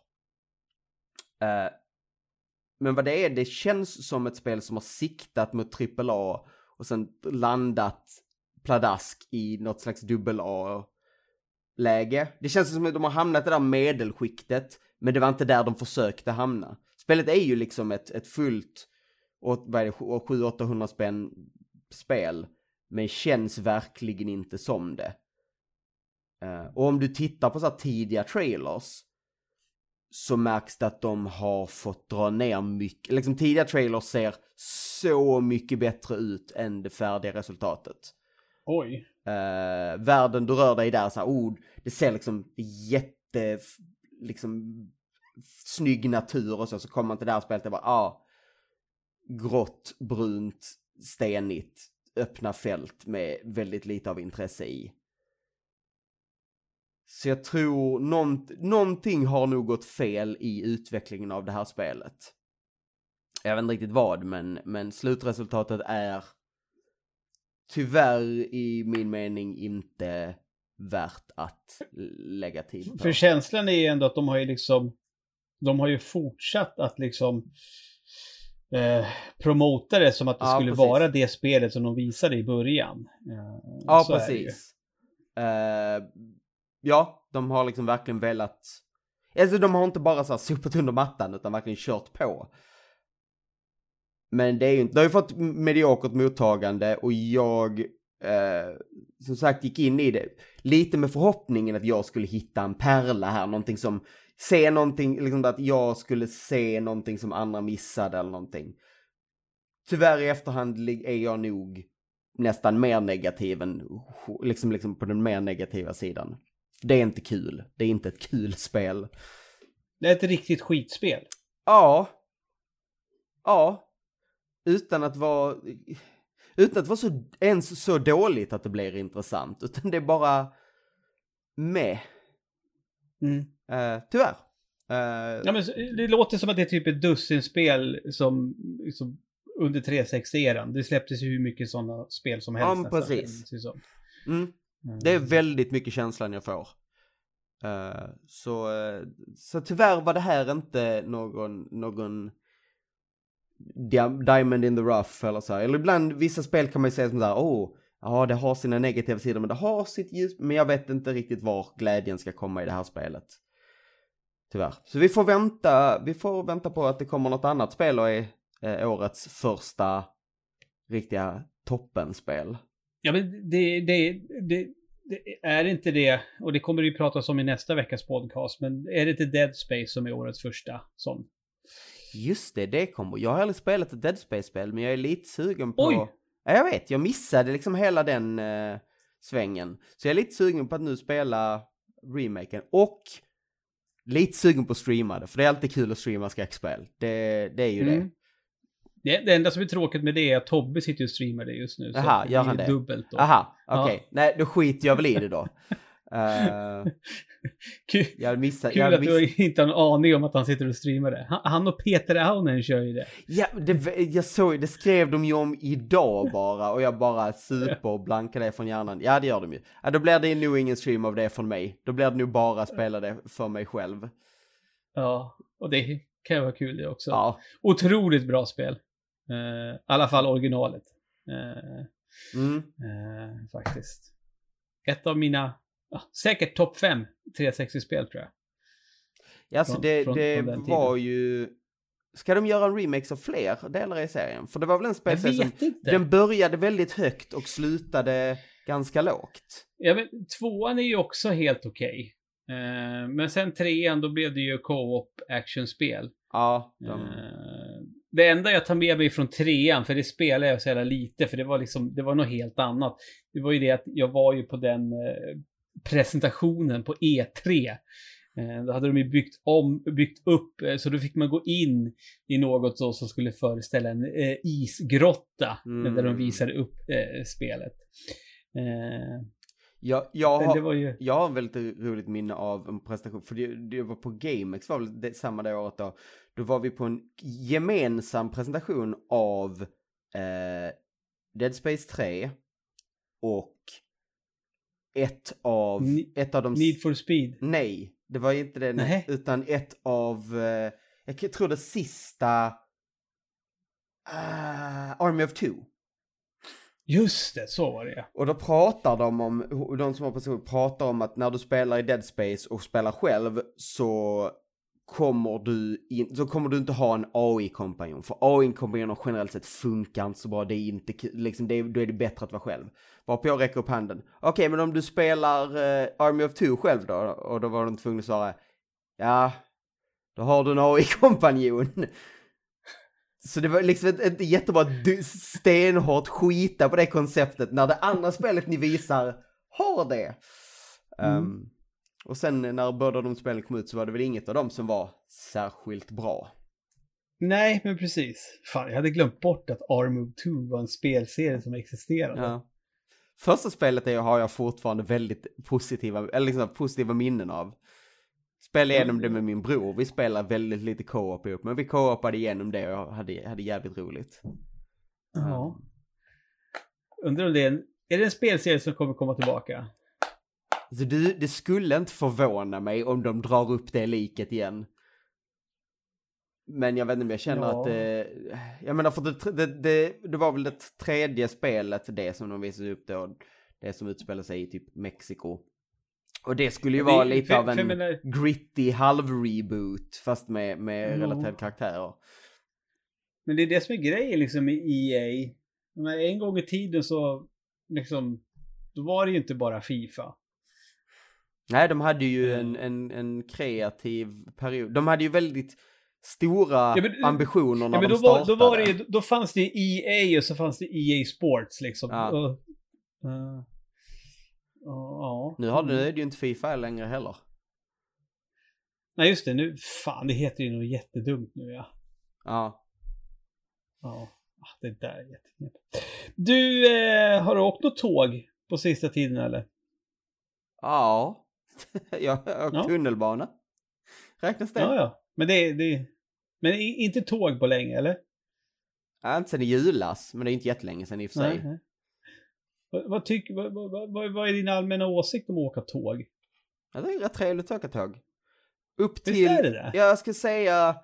Speaker 2: Men vad det känns som ett spel som har siktat mot AAA och sen landat pladask i något slags AA-läge. Det känns som att de har hamnat i det där medelskiktet, men det var inte där de försökte hamna. Spelet är ju liksom ett fullt 700-800 spänn spel, men känns verkligen inte som det. Och om du tittar på så här tidiga trailers så märks det att de har fått dra ner mycket. Liksom tidiga trailers ser så mycket bättre ut än det färdiga resultatet.
Speaker 1: Oj.
Speaker 2: Världen du rör dig där så här, det ser liksom liksom snygg natur och så kommer man till det här spelet och bara, grått, brunt, stenigt, öppna fält med väldigt lite av intresse i. Så jag tror någonting har nog gått fel i utvecklingen av det här spelet. Jag vet inte riktigt vad, men slutresultatet är tyvärr i min mening inte värt att lägga tid på.
Speaker 1: För känslan är ju ändå att de har ju fortsatt att liksom promota det som att det skulle vara det spelet som de visade i början.
Speaker 2: Ja, precis. Ja, de har liksom verkligen velat, alltså de har inte bara så här sopat under mattan utan verkligen kört på. Men det är ju inte, det har ju fått mediokert mottagande och jag som sagt gick in i det lite med förhoppningen att jag skulle hitta en pärla här, någonting som liksom att jag skulle se någonting som andra missade eller någonting. Tyvärr i efterhand är jag nog nästan mer negativ än liksom på den mer negativa sidan. Det är inte kul. Det är inte ett kul spel.
Speaker 1: Det är ett riktigt skitspel.
Speaker 2: Ja. Utan att vara ens så dåligt att det blir intressant. Utan det är bara med. Tyvärr.
Speaker 1: Ja, men det låter som att det är typ ett dussinspel som under 360-eran. Det släpptes ju hur mycket sådana spel som helst.
Speaker 2: Ja, precis. Det är väldigt mycket känslan jag får. Så tyvärr var det här inte någon diamond in the rough eller så. Eller ibland, vissa spel kan man ju säga som där, det har sina negativa sidor men det har sitt ljus, men jag vet inte riktigt var glädjen ska komma i det här spelet. Tyvärr. Så vi får vänta på att det kommer något annat spel och är årets första riktiga toppenspel.
Speaker 1: Ja, men det är inte det, och det kommer det ju pratas om i nästa veckas podcast, men är det inte Dead Space som är årets första sån? Just
Speaker 2: det kommer. Jag har aldrig spelat ett Dead Space-spel, men jag är lite sugen på...
Speaker 1: Oj!
Speaker 2: Ja, jag vet, jag missade liksom hela den svängen. Så jag är lite sugen på att nu spela remaken, och lite sugen på att streama det, för det är alltid kul att streama skräckspel. Det är ju det.
Speaker 1: Det enda som är tråkigt med det är att Tobbe sitter och streamar det just nu.
Speaker 2: Jaha, gör han det?
Speaker 1: Dubbelt då.
Speaker 2: Aha, okej. Ja. Nej, då skiter jag väl i det då.
Speaker 1: Kul att du inte har en aning om att han sitter och streamar det. Han och Peter Aunen kör ju det.
Speaker 2: Ja, jag såg, det skrev de ju om idag bara. Och jag bara super och blankade det från hjärnan. Ja, det gör de ju. Ja, då blir det nog ingen stream av det från mig. Då blir det nog bara spela det för mig själv.
Speaker 1: Ja, och det kan ju vara kul det också.
Speaker 2: Ja.
Speaker 1: Otroligt bra spel. I alla fall originalet. Faktiskt. Ett av mina säkert topp 5 360-spel tror jag.
Speaker 2: Ja, så det var ju... Ska de göra en remake av fler delar i serien? För det var väl en spelserie som...
Speaker 1: Inte.
Speaker 2: Den började väldigt högt och slutade ganska lågt.
Speaker 1: Ja, men 2:an är ju också helt okej. Men sen 3:an då blev det ju co-op actionspel.
Speaker 2: Ja.
Speaker 1: Det enda jag tar med mig från 3:an, för det spelar jag så jävla lite, för det var något helt annat. Det var ju det att jag var ju på den presentationen på E3. Då hade de ju byggt upp, så då fick man gå in i något så som skulle föreställa en isgrotta där de visade upp spelet.
Speaker 2: Jag har en väldigt roligt minne av en presentation, för det var på GameX, var väl det, samma det året då. Då var vi på en gemensam presentation av Dead Space 3 och ett av de...
Speaker 1: Need for Speed?
Speaker 2: Nej, det var inte det. Nej. Utan ett av, jag tror det sista Army of Two.
Speaker 1: Just det, så var det.
Speaker 2: Och då pratar de som har person pratar om att när du spelar i Dead Space och spelar själv så kommer du inte ha en AI-kompanjon. För AI-kompanjoner generellt sett funkar inte så bra. Det är inte liksom, då är det bättre att vara själv. Varpå jag räcker upp handen. Okej, men om du spelar Army of Two själv då? Och då var de tvungna att svara, ja, då har du en AI-kompanjon. Så det var liksom inte jättebra stenhårt skita på det konceptet när det andra spelet ni visar har det. Och sen när båda de spelen kom ut så var det väl inget av dem som var särskilt bra.
Speaker 1: Nej, men precis. Fan, jag hade glömt bort att Armor 2 var en spelserie som existerade.
Speaker 2: Ja. Första spelet har jag fortfarande väldigt positiva minnen av. Spelade igenom det med min bror. Vi spelar väldigt lite co-op ihop, men vi co-opade igenom det och jag hade jävligt roligt.
Speaker 1: Ja. Undrar om är det en spelserie som kommer komma tillbaka?
Speaker 2: Så det skulle inte förvåna mig om de drar upp det liket igen. Men jag vet inte om jag känner att jag menar, för det var väl det tredje spelet, det som de visade upp då, det som utspelar sig i typ Mexiko. Och det skulle ju vara lite av en gritty halv-reboot fast med relaterade karaktärer.
Speaker 1: Men det är det som är grejen liksom i EA. Men en gång i tiden så liksom, då var det ju inte bara FIFA.
Speaker 2: Nej, de hade ju en kreativ period. De hade ju väldigt stora ambitioner när de startade.
Speaker 1: Då fanns det EA och så fanns det EA Sports liksom.
Speaker 2: Ja. Nu är det ju inte FIFA längre heller.
Speaker 1: Nej, just det. Nu, fan, det heter ju nog jättedumt nu, ja.
Speaker 2: Ja.
Speaker 1: Ja, det där är jätteknäppt. Du, har du åkt något tåg på sista tiden, eller?
Speaker 2: Ja. Jag har åkt tunnelbana. Räknas det?
Speaker 1: Ja. Men men inte tåg på länge, eller?
Speaker 2: Ja, inte sen i julas, men det är inte jättelänge sen i och för sig.
Speaker 1: Nej. Vad är din allmänna åsikt om att åka tåg?
Speaker 2: Ja, det är rätt trevligt att åka tåg. Upp till,
Speaker 1: visst är det?
Speaker 2: Jag ska säga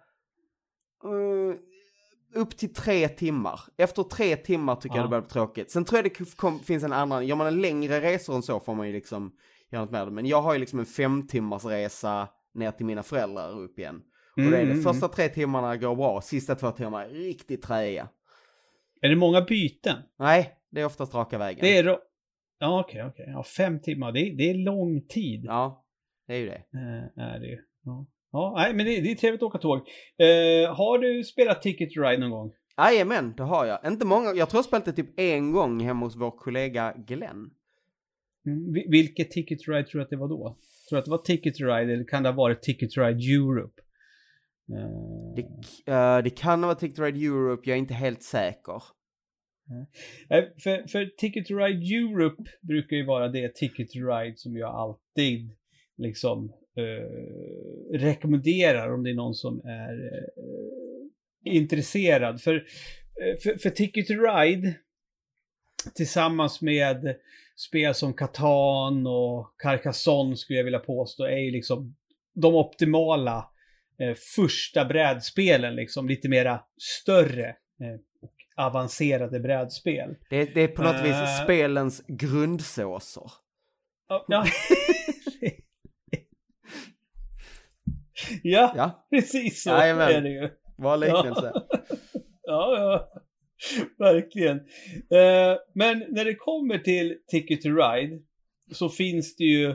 Speaker 2: upp till 3 timmar. Efter 3 timmar tycker jag det börjar bli tråkigt. Sen tror jag det finns en annan, gör man en längre resor än så får man ju liksom göra något med det. Men jag har ju liksom en 5 timmars resa ner till mina föräldrar och upp igen. Och det är det första 3 timmarna går bra, sista 2 timmar är riktigt träiga. Är
Speaker 1: det många byten?
Speaker 2: Nej, det är oftast raka vägen.
Speaker 1: Det är ja, okej. Ja, 5 timmar, det är lång tid.
Speaker 2: Ja, det är ju det.
Speaker 1: Är det ju. Ja, nej, men det är trevligt att åka tåg. Har du spelat Ticket to Ride någon gång?
Speaker 2: Jajamän, det har jag. Inte många, jag tror jag spelat det typ en gång hemma hos vår kollega Glenn.
Speaker 1: Vilket Ticket to Ride tror du att det var då? Tror du att det var Ticket to Ride eller kan det ha varit Ticket to Ride Europe?
Speaker 2: Det kan ha varit Ticket to Ride Europe, jag är inte helt säker.
Speaker 1: För Ticket to Ride Europe brukar ju vara det Ticket to Ride som jag alltid liksom rekommenderar om det är någon som är intresserad. För Ticket to Ride tillsammans med spel som Catan och Carcassonne skulle jag vilja påstå är ju liksom de optimala första brädspelen, liksom lite mera större och avancerade brädspel.
Speaker 2: Det är på något vis spelens grundsåser.
Speaker 1: Ja. Ja, precis så är det ju.
Speaker 2: Vad liknelse.
Speaker 1: Ja, verkligen. Men när det kommer till Ticket to Ride så finns det ju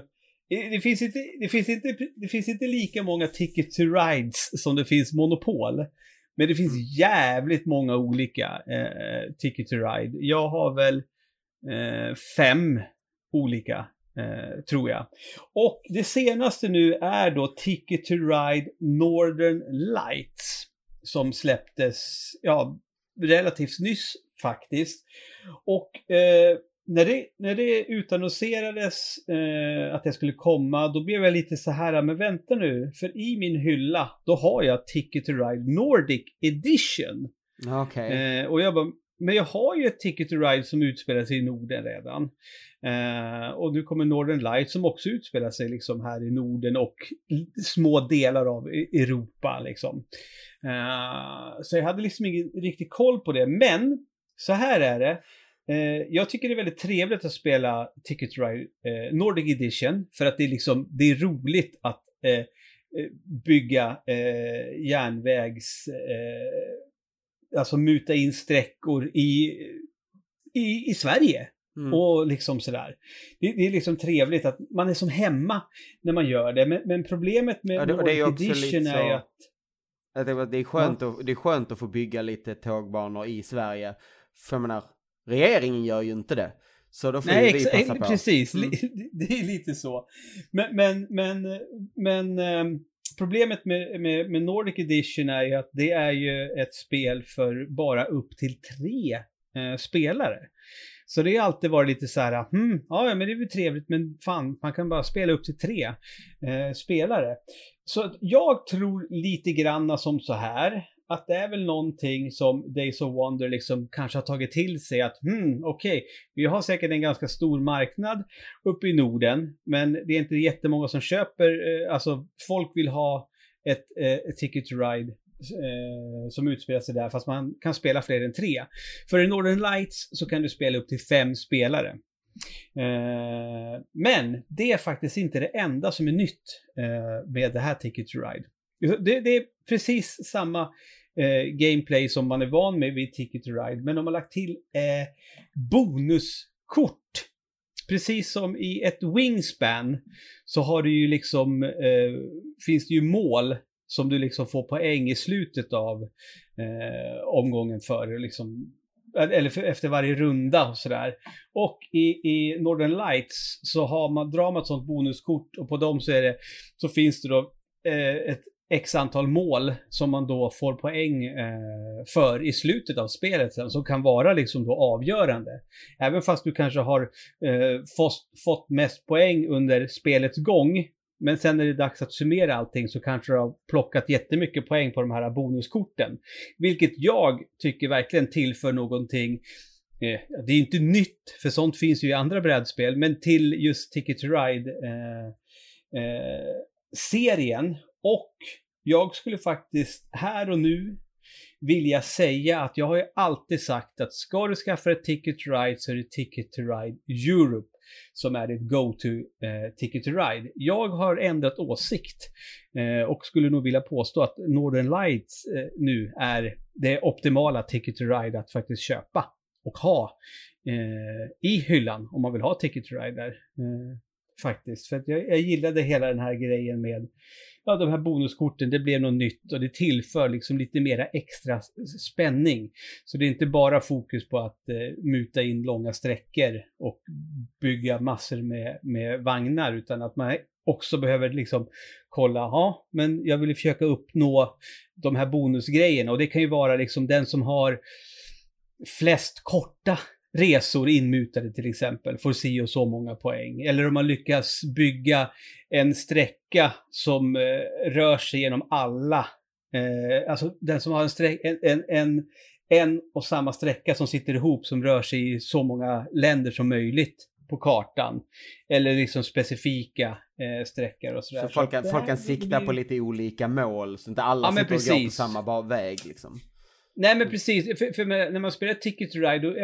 Speaker 1: det finns inte lika många Ticket to Rides som det finns Monopol. Men det finns jävligt många olika Ticket to Ride. Jag har väl 5 olika tror jag. Och det senaste nu är då Ticket to Ride Northern Lights som släpptes relativt nyss faktiskt. Och när det utannonserades att det skulle komma, då blev jag lite så här, men vänta nu, för i min hylla då har jag Ticket to Ride Nordic Edition.
Speaker 2: Okej.
Speaker 1: Och jag bara, men jag har ju ett Ticket to Ride som utspelar sig i Norden redan. Och nu kommer Northern Lights som också utspelar sig liksom här i Norden och små delar av Europa liksom. Så jag hade liksom ingen riktig koll på det. Men så här är det. Jag tycker det är väldigt trevligt att spela Ticket to Ride Nordic Edition. För att det är roligt att bygga järnvägs... alltså muta in sträckor i Sverige. Och liksom sådär. Det är liksom trevligt att man är som hemma när man gör det. Men problemet med Nordic Edition är ju att...
Speaker 2: Jag tänker att det är skönt att få bygga lite tågbanor i Sverige. För jag menar, regeringen gör ju inte det. Så då får vi passa på.
Speaker 1: Precis, det är lite så. Men problemet med Nordic Edition är ju att det är ju ett spel för bara upp till 3 spelare. Så det har alltid varit lite så här, ja men det är väl trevligt, men fan, man kan bara spela upp till 3 spelare. Så jag tror lite granna som så här, att det är väl någonting som Days of Wonder liksom kanske har tagit till sig att okej, vi har säkert en ganska stor marknad uppe i Norden, men det är inte jättemånga som köper, alltså folk vill ha ett Ticket to Ride som utspelar sig där, fast man kan spela fler än 3. För i Northern Lights så kan du spela upp till 5 spelare. Men det är faktiskt inte det enda som är nytt med det här Ticket to Ride. Det är precis samma gameplay som man är van med vid Ticket to Ride, men de har lagt till bonuskort. Precis som i ett Wingspan så har du ju liksom finns det ju mål som du liksom får poäng i slutet av omgången för liksom, eller efter varje runda och sådär. Och i Northern Lights så drar man ett sånt bonuskort, och på dem så finns det då ett x antal mål som man då får poäng för i slutet av spelet sen, som kan vara liksom då avgörande. Även fast du kanske har fått mest poäng under spelets gång, men sen när det är dags att summera allting så kanske du har plockat jättemycket poäng på de här bonuskorten. Vilket jag tycker verkligen tillför någonting. Det är inte nytt, för sånt finns ju i andra brädspel, men till just Ticket to Ride serien. Och jag skulle faktiskt här och nu vilja säga att jag har ju alltid sagt att ska du skaffa ett Ticket to Ride så är det Ticket to Ride Europe som är ditt go-to Ticket to Ride. Jag har ändrat åsikt och skulle nog vilja påstå att Northern Lights nu är det optimala Ticket to Ride att faktiskt köpa och ha i hyllan om man vill ha Ticket to Ride där. Faktiskt, för att jag gillade hela den här grejen med de här bonuskorten. Det blev något nytt och det tillför liksom lite mera extra spänning. Så det är inte bara fokus på att muta in långa sträckor och bygga massor med vagnar, utan att man också behöver liksom kolla, men jag vill försöka uppnå de här bonusgrejerna, och det kan ju vara liksom den som har flest korta resor inmutade till exempel får se och så många poäng. Eller om man lyckas bygga en sträcka som rör sig genom alla. Alltså den som har en och samma sträcka som sitter ihop, som rör sig i så många länder som möjligt på kartan. Eller liksom specifika sträckor och sådär.
Speaker 2: Så folk kan sikta på lite olika mål, så inte alla sitter och går på samma väg liksom.
Speaker 1: Nej men precis, för när man spelar Ticket to Ride,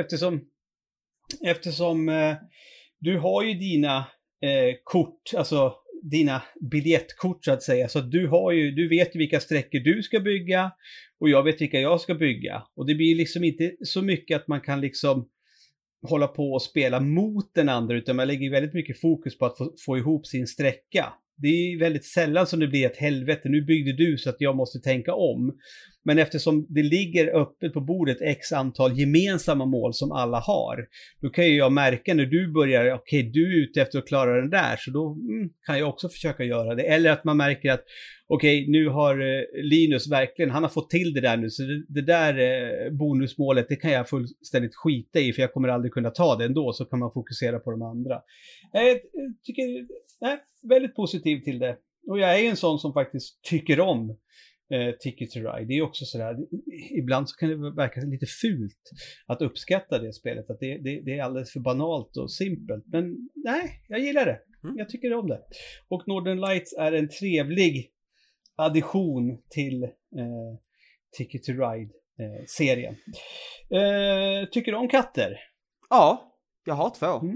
Speaker 1: eftersom du har ju dina kort, alltså dina biljettkort så att säga, så att du vet ju vilka sträckor du ska bygga och jag vet vilka jag ska bygga, och det blir liksom inte så mycket att man kan liksom hålla på och spela mot den andra, utan man lägger väldigt mycket fokus på att få ihop sin sträcka. Det är väldigt sällan som det blir ett helvete, nu byggde du så att jag måste tänka om. Men eftersom det ligger öppet på bordet x antal gemensamma mål som alla har, då kan ju jag märka när du börjar, okej, du är ute efter att klara den där, så då kan jag också försöka göra det. Eller att man märker att okej, nu har Linus verkligen, han har fått till det där nu, så det där bonusmålet, det kan jag fullständigt skita i, för jag kommer aldrig kunna ta det ändå, så kan man fokusera på de andra. Jag tycker, väldigt positiv till det. Och jag är en sån som faktiskt tycker om Ticket to Ride. Det är också sådär, ibland så kan det verka lite fult att uppskatta det spelet, att det är alldeles för banalt och simpelt, men nej, jag gillar det. Jag tycker om det. Och Northern Lights är en trevlig addition till Ticket to Ride-serien. Tycker du om katter?
Speaker 2: Ja, jag har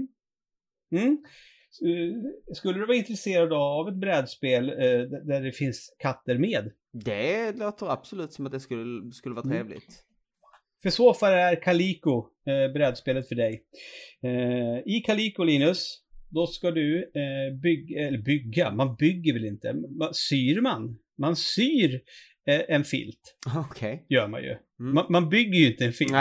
Speaker 2: 2.
Speaker 1: Skulle du vara intresserad av ett brädspel där det finns katter med?
Speaker 2: Det låter absolut som att det skulle vara trevligt.
Speaker 1: För så fall är Calico brädspelet för dig. I Calico, Linus, då ska du bygga. Man bygger väl inte? Man syr en filt.
Speaker 2: Okej.
Speaker 1: Gör man ju. Man bygger ju inte en filt.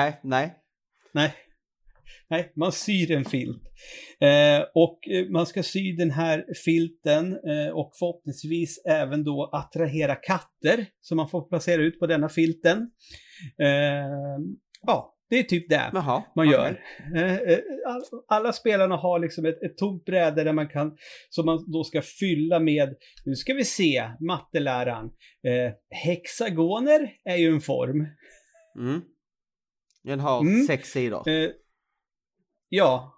Speaker 1: Nej, man syr en filt. Och man ska sy den här filten och förhoppningsvis även då attrahera katter som man får placera ut på denna filten. Ja, det är typ det man gör. Alla spelarna har liksom ett tomt bräde där man kan, som man då ska fylla med, nu ska vi se, matteläraren. Hexagoner är ju en form.
Speaker 2: Den har 6 sidor.
Speaker 1: Ja,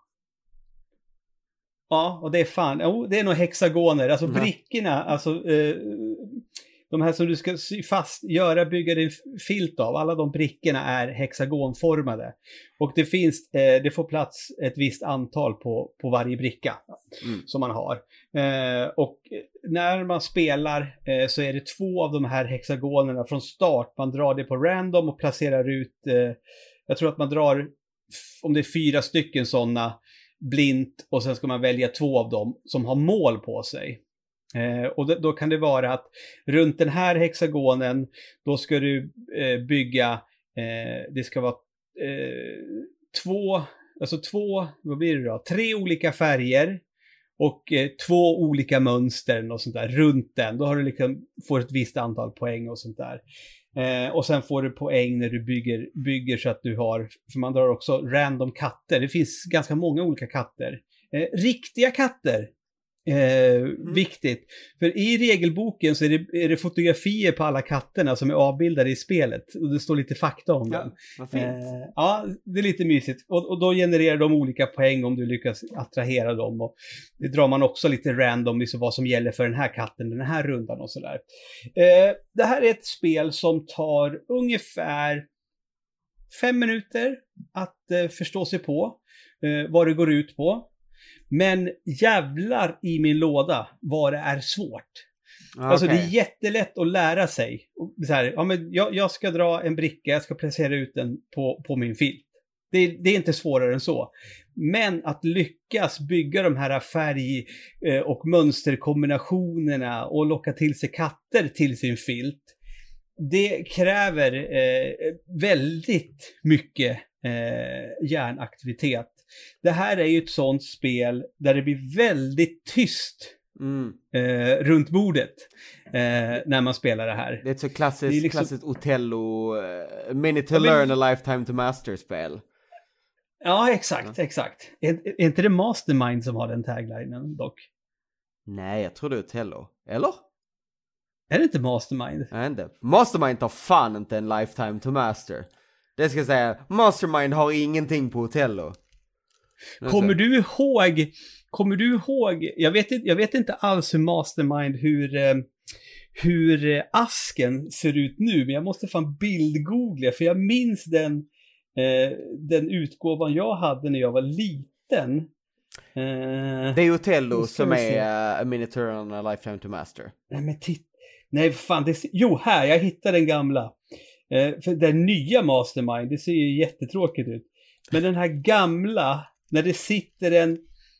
Speaker 1: och det är fan, det är nog hexagoner, alltså brickorna, alltså de här som du ska bygga din filt av, alla de brickorna är hexagonformade. Och det får plats ett visst antal på varje bricka som man har. Och när man spelar så är det 2 av de här hexagonerna från start. Man drar det på random och placerar ut, jag tror att man drar, om det är 4 stycken sådana blint, och sen ska man välja 2 av dem som har mål på sig. Och då kan det vara att runt den här hexagonen då ska du bygga, det ska vara 3 olika färger och 2 olika mönster och sånt där runt den. Då har du liksom, får ett visst antal poäng och sånt där. Och sen får du poäng när du bygger så att du har, för man drar också random katter. Det finns ganska många olika katter. Riktiga katter. Viktigt. För i regelboken så är det fotografier på alla katterna som är avbildade i spelet. Och det står lite fakta om dem.
Speaker 2: Vad fint.
Speaker 1: Ja, det är lite mysigt. Och då genererar de olika poäng om du lyckas attrahera dem. Och det drar man också lite random liksom vad som gäller för den här katten, den här rundan och sådär. Det här är ett spel som tar ungefär 5 minuter att förstå sig på vad det går ut på. Men jävlar i min låda vad det är svårt. Okay. Alltså det är jättelätt att lära sig. Så här, men jag ska dra en bricka, jag ska placera ut den på min filt. Det är inte svårare än så. Men att lyckas bygga de här färg- och mönsterkombinationerna och locka till sig katter till sin filt, det kräver väldigt mycket hjärnaktivitet. Det här är ju ett sånt spel där det blir väldigt tyst runt bordet när man spelar det här.
Speaker 2: Det är ett så klassiskt Othello minute to learn a lifetime to master spel.
Speaker 1: Ja, exakt. Är inte det Mastermind som har den taglinen dock?
Speaker 2: Nej, jag tror det är Othello. Eller?
Speaker 1: Är det inte Mastermind?
Speaker 2: Nej, inte. Mastermind har fan inte en lifetime to master. Det ska jag säga, Mastermind har ingenting på Othello. Kommer du ihåg, jag vet inte alls hur Mastermind, hur asken ser ut nu, men jag måste fan bildgoogla, för jag minns den utgåvan jag hade när jag var liten. Det är Othello som är A Miniature on a Lifetime to Master.
Speaker 1: Nej fan, här, jag hittade den gamla. För den nya Mastermind, det ser ju jättetråkigt ut. Men den här gamla, när det sitter en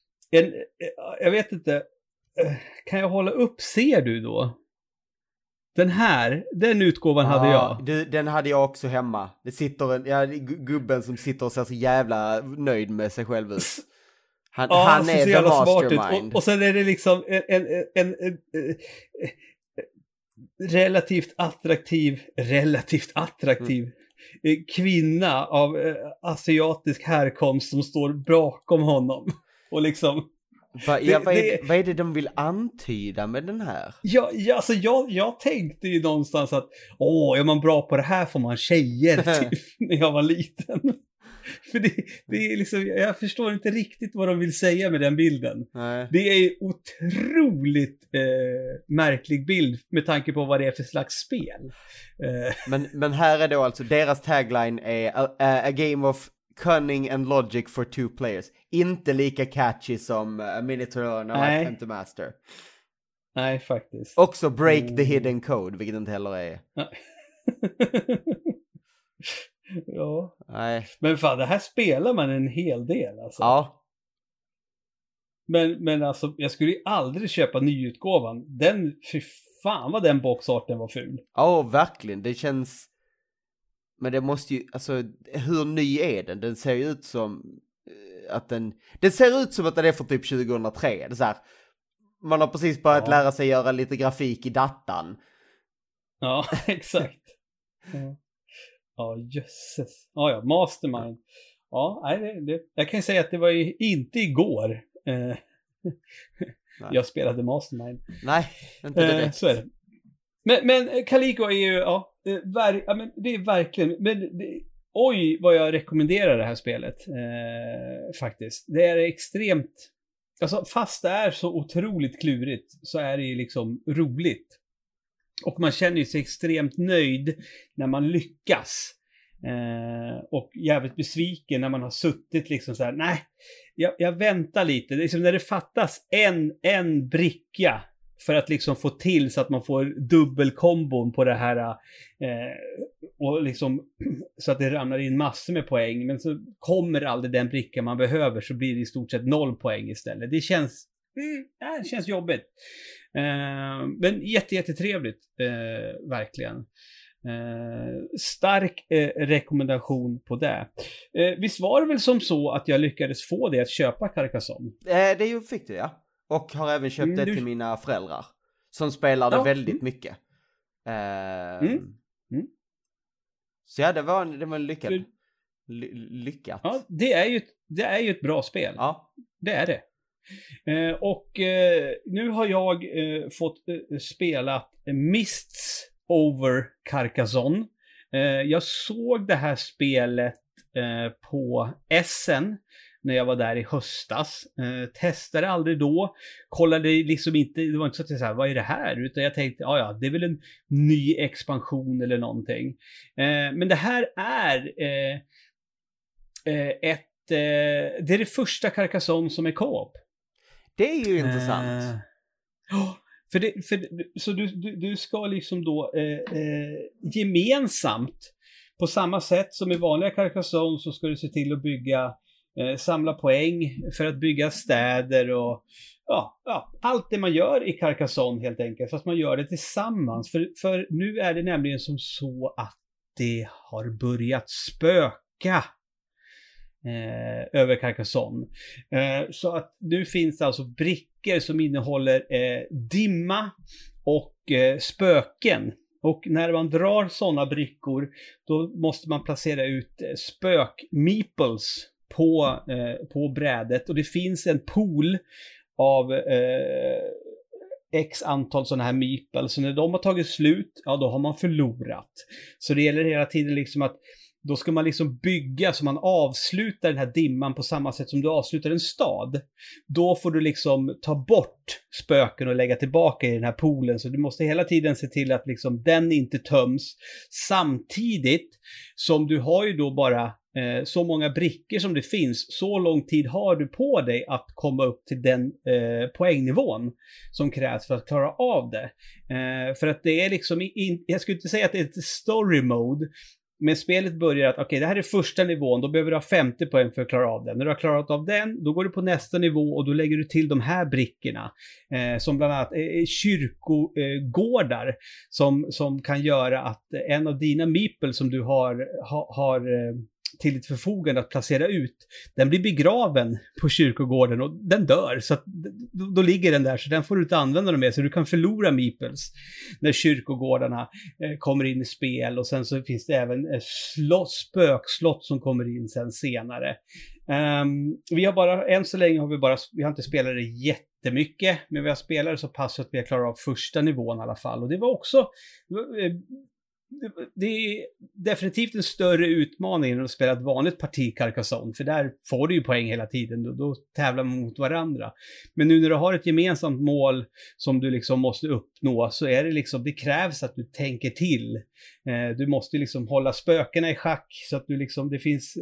Speaker 1: jag vet inte, kan jag hålla upp, ser du då? Den utgåvan hade jag.
Speaker 2: Den hade jag också hemma. Det sitter gubben som sitter och ser så jävla nöjd med sig själv ut. Han är the mastermind. Och
Speaker 1: sen är det liksom en relativt attraktiv kvinna av asiatisk härkomst som står bakom honom. Och liksom...
Speaker 2: Vad är det de vill antyda med den här?
Speaker 1: Alltså jag tänkte ju någonstans att är man bra på det här får man tjejer typ, när jag var liten. För det är liksom, jag förstår inte riktigt vad de vill säga med den bilden.
Speaker 2: Nej.
Speaker 1: Det är otroligt märklig bild med tanke på vad det är för slags spel.
Speaker 2: Men här är då alltså, deras tagline är a game of cunning and logic for 2 players. Inte lika catchy som A Miniature on a Lifetime to Master.
Speaker 1: Nej, faktiskt.
Speaker 2: Också break the hidden code, vilket inte heller är.
Speaker 1: Ja.
Speaker 2: Nej.
Speaker 1: Men fan, det här spelar man en hel del alltså.
Speaker 2: Ja. Men
Speaker 1: alltså, jag skulle ju aldrig köpa nyutgåvan. Den, fy fan vad den boxarten var ful.
Speaker 2: Ja, verkligen. Det känns... Men det måste ju... Alltså, hur ny är den? Den ser ju ut som... att den ser ut som att den är från typ 2003. Det är så här, man har precis börjat lära sig göra lite grafik i datan.
Speaker 1: Ja, exakt. Ja, jösses. Ja, Mastermind. Ja, nej, jag kan säga att det var ju inte igår jag spelade Mastermind.
Speaker 2: Nej, inte direkt.
Speaker 1: Så är det. Men Calico är ju, men det är verkligen, oj vad jag rekommenderar det här spelet faktiskt. Det är extremt, alltså fast det är så otroligt klurigt så är det ju liksom roligt. Och man känner ju sig extremt nöjd när man lyckas. Och jävligt besviken när man har suttit liksom så här, nej, jag väntar lite. Det är liksom när det fattas en bricka för att liksom få till så att man får dubbelkombon på det här och liksom så att det ramlar in massor med poäng, men så kommer aldrig den bricka man behöver, så blir det i stort sett 0 poäng istället. Det känns jobbigt. Men jättetrevligt verkligen. Stark rekommendation på det. Visst var det väl som så att jag lyckades få det att köpa Carcassonne?
Speaker 2: Det fick du, ja. Och har även köpt det till mina föräldrar. Som spelade väldigt mycket. Så ja, det var lyckat. Lyckat.
Speaker 1: Ja, det är ju ett bra spel.
Speaker 2: Ja.
Speaker 1: Det är det. Och nu har jag fått spelat Mists over Carcassonne. Jag såg det här spelet på Essen när jag var där i höstas. Testade aldrig då. Kollade liksom inte, det var inte så att jag sa, vad är det här? Utan jag tänkte, det är väl en ny expansion eller någonting. Men det här är det är det första Carcassonne som är co-op.
Speaker 2: Det är ju intressant.
Speaker 1: Så du ska liksom då gemensamt, på samma sätt som i vanliga Carcassonne, så ska du se till att samla poäng för att bygga städer och allt det man gör i Carcassonne helt enkelt, fast man gör det tillsammans. För nu är det nämligen som så att det har börjat spöka över Carcassonne. Så att nu finns det alltså brickor som innehåller dimma och spöken. Och när man drar sådana brickor, då måste man placera ut spök-meeples på brädet. Och det finns en pool av x antal sådana här meeples. Så när de har tagit slut, då har man förlorat. Så det gäller hela tiden liksom att då ska man liksom bygga så man avslutar den här dimman på samma sätt som du avslutar en stad. Då får du liksom ta bort spöken och lägga tillbaka i den här poolen. Så du måste hela tiden se till att liksom den inte töms. Samtidigt som du har ju då bara så många brickor som det finns. Så lång tid har du på dig att komma upp till den poängnivån som krävs för att klara av det. För att det är liksom, jag skulle inte säga att det är ett story mode. Men spelet börjar att det här är första nivån, då behöver du ha 50 poäng för att klara av den. När du har klarat av den, då går du på nästa nivå och då lägger du till de här brickorna. Som bland annat kyrkogårdar som kan göra att en av dina meeples som du har till ditt förfogande att placera ut, den blir begraven på kyrkogården och den dör, så att då ligger den där, så den får du inte använda dem med, så du kan förlora meeples när kyrkogårdarna kommer in i spel. Och sen så finns det även spökslott som kommer in sen senare. Vi har bara, än så länge vi har inte spelat det jättemycket, men vi har spelat det så pass att vi har klarat av första nivån i alla fall. Och det var också det är definitivt en större utmaning än att spela ett vanligt parti Carcassonne, för där får du ju poäng hela tiden, då tävlar man mot varandra. Men nu när du har ett gemensamt mål som du liksom måste uppnå, så är det liksom, det krävs att du tänker till. Du måste liksom hålla spökena i schack så att du liksom, det finns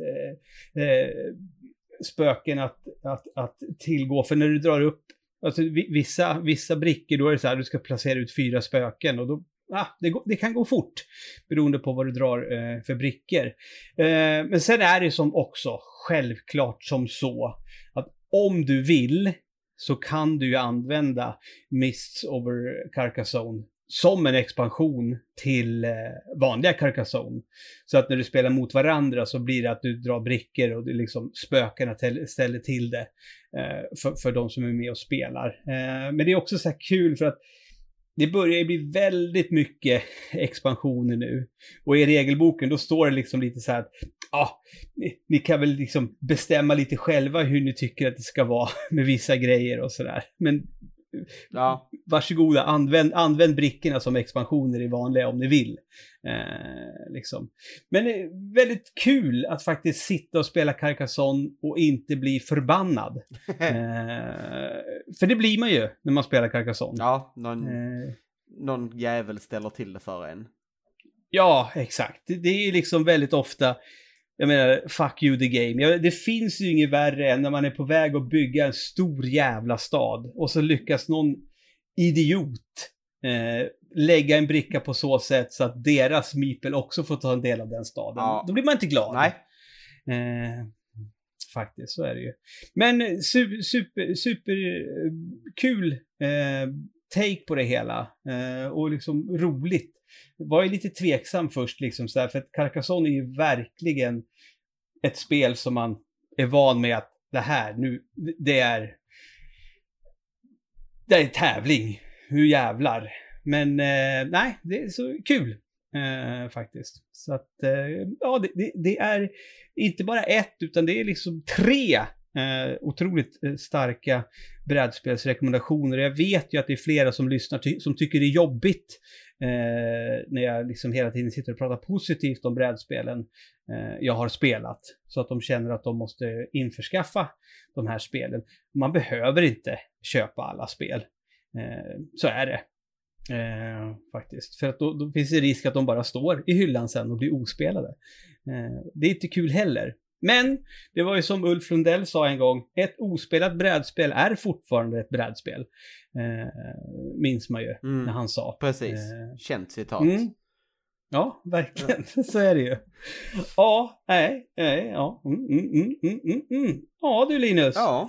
Speaker 1: spöken att tillgå, för när du drar upp alltså vissa brickor, då är det så här, du ska placera ut 4 spöken och då det kan gå fort beroende på vad du drar för brickor. Men sen är det som också självklart som så att om du vill så kan du ju använda Mists over Carcassonne som en expansion till vanliga Carcassonne. Så att när du spelar mot varandra så blir det att du drar brickor och det liksom spökarna ställer till det för de som är med och spelar. Men det är också så här kul för att det börjar ju bli väldigt mycket expansioner nu. Och i regelboken då står det liksom lite så här att ni kan väl liksom bestämma lite själva hur ni tycker att det ska vara med vissa grejer och sådär. Men varsågoda, använd brickorna som expansioner i vanliga om ni vill. Liksom. Men det är väldigt kul att faktiskt sitta och spela Carcassonne och inte bli förbannad. För det blir man ju när man spelar Carcassonne.
Speaker 2: Ja, någon jävel ställer till det för en.
Speaker 1: Ja, exakt. Det är liksom väldigt ofta, jag menar, fuck you the game. Det finns ju inget värre än när man är på väg att bygga en stor jävla stad och så lyckas någon idiot lägga en bricka på så sätt så att deras meeple också får ta en del av den staden. Ja. Då blir man inte glad.
Speaker 2: Nej.
Speaker 1: Faktiskt, så är det ju. Men super kul take på det hela. Och liksom roligt. Var ju lite tveksam först liksom så här, för att Carcassonne är ju verkligen ett spel som man är van med att det här nu, det är tävling. Hur jävlar. Men nej, det är så kul faktiskt. Så att ja, det är inte bara ett utan det är liksom 3 otroligt starka brädspelsrekommendationer. Jag vet ju att det är flera som lyssnar som tycker det är jobbigt när jag liksom hela tiden sitter och pratar positivt om brädspelen jag har spelat, så att de känner att de måste införskaffa de här spelen. Man behöver inte köpa alla spel. Så är det faktiskt. För att då finns det risk att de bara står i hyllan sen och blir ospelade. Det är inte kul heller. Men det var ju som Ulf Lundell sa en gång, ett ospelat brädspel är fortfarande ett brädspel. Minns man ju när han sa.
Speaker 2: Precis, känt citat.
Speaker 1: Ja, verkligen. Så är det ju. Ja, ja. Ja, du Linus.
Speaker 2: Ja.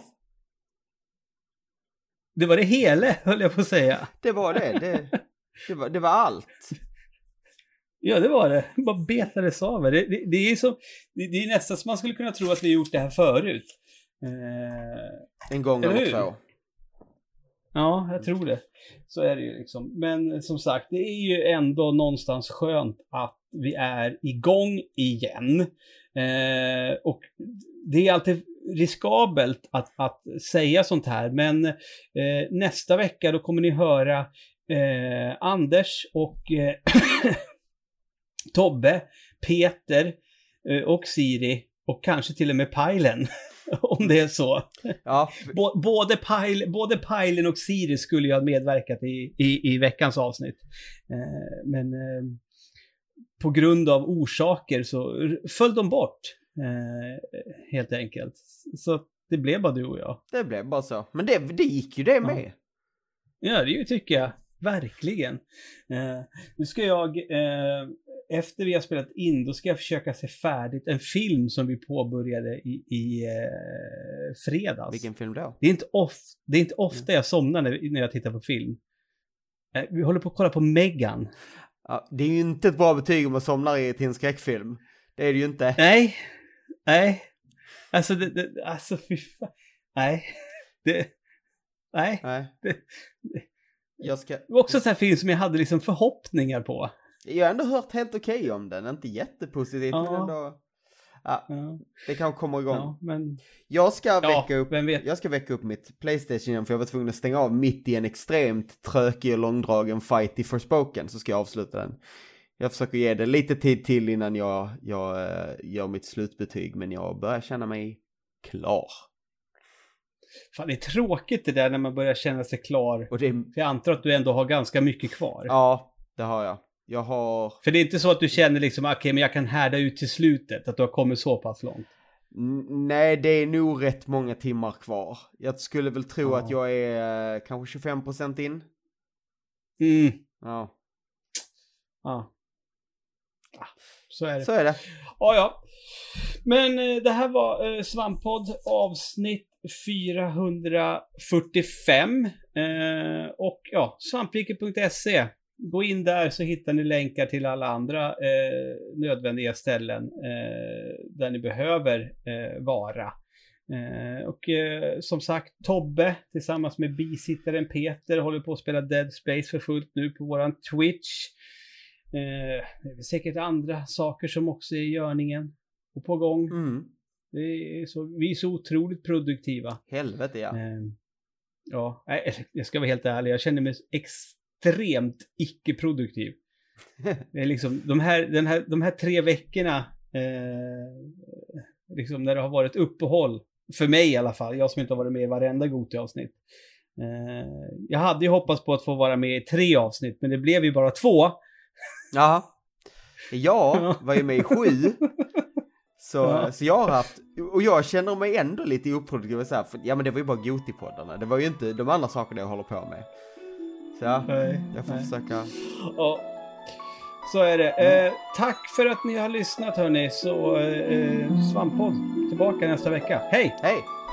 Speaker 1: Det var det hela, höll jag på att säga.
Speaker 2: Det var det. Det var allt.
Speaker 1: Ja, det var det. Bara betades av. Det är så, det är nästan som man skulle kunna tro att vi gjort det här förut.
Speaker 2: En gång eller 2.
Speaker 1: Ja, jag tror det. Så är det ju liksom. Men som sagt, det är ju ändå någonstans skönt att vi är igång igen. Och det är alltid riskabelt att säga sånt här. Men nästa vecka då kommer ni höra Anders och Tobbe, Peter och Siri och kanske till och med Pajlen. Om det är så. Ja. Både Pajlen och Siri skulle ju ha medverkat i veckans avsnitt. Men på grund av orsaker så föll de bort. Helt enkelt. Så det blev bara du och jag.
Speaker 2: Det blev bara så. Men det gick ju det med.
Speaker 1: Ja, det tycker jag. Verkligen. Nu ska jag efter vi har spelat in, då ska jag försöka se färdigt en film som vi påbörjade i fredags.
Speaker 2: Vilken film då?
Speaker 1: Det är inte ofta jag somnar när jag tittar på film. Vi håller på att kolla på Megan.
Speaker 2: Ja, det är ju inte ett bra betyg om man somnar till en skräckfilm. Det är det ju inte.
Speaker 1: Nej. Alltså, alltså fy fan. Nej. Det var också så här film som jag hade liksom förhoppningar på.
Speaker 2: Jag har ändå hört helt okej om den. Inte jättepositivt, men ändå... Ja, det kan komma igång.
Speaker 1: Ja, men...
Speaker 2: Jag ska väcka upp mitt PlayStation igen, för jag var tvungen att stänga av mitt i en extremt trökig och långdragen fight i Forspoken, så ska jag avsluta den. Jag försöker ge det lite tid till innan jag gör mitt slutbetyg, men jag börjar känna mig klar.
Speaker 1: Fan, det är tråkigt det där när man börjar känna sig klar.
Speaker 2: Och
Speaker 1: för jag antar att du ändå har ganska mycket kvar.
Speaker 2: Ja, det har jag.
Speaker 1: För det är inte så att du känner liksom, okej, men jag kan härda ut till slutet, att du har kommit så pass långt.
Speaker 2: Nej, det är nog rätt många timmar kvar. Jag skulle väl tro att jag är kanske 25% in. Ja.
Speaker 1: Så är det.
Speaker 2: Så är det.
Speaker 1: Ja. Men det här var Svamppodd avsnitt 445. Och ja, svampriket.se. gå in där så hittar ni länkar till alla andra nödvändiga ställen där ni behöver vara. Och som sagt, Tobbe tillsammans med bisittaren Peter håller på att spela Dead Space för fullt nu på våran Twitch. Det är säkert andra saker som också är i görningen och på gång. Vi är så otroligt produktiva.
Speaker 2: Helvete, ja.
Speaker 1: Ja, jag ska vara helt ärlig. Jag känner mig extremt icke-produktiv. Det är liksom de här 3 veckorna liksom när det har varit uppehåll. För mig i alla fall. Jag som inte har varit med i varenda Goti-avsnitt. Jag hade ju hoppats på att få vara med i 3 avsnitt. Men det blev ju bara 2.
Speaker 2: Ja. Jag var ju med i 7. Så jag har haft, och jag känner mig ändå lite oproduktiv så här, för ja, men det var ju bara Goti-poddarna. Det var ju inte de andra sakerna jag håller på med. Så ja, jag får försöka.
Speaker 1: Ja, så är det. Tack för att ni har lyssnat hörni. Så Svamppodd tillbaka nästa vecka. Hej!
Speaker 2: Hej!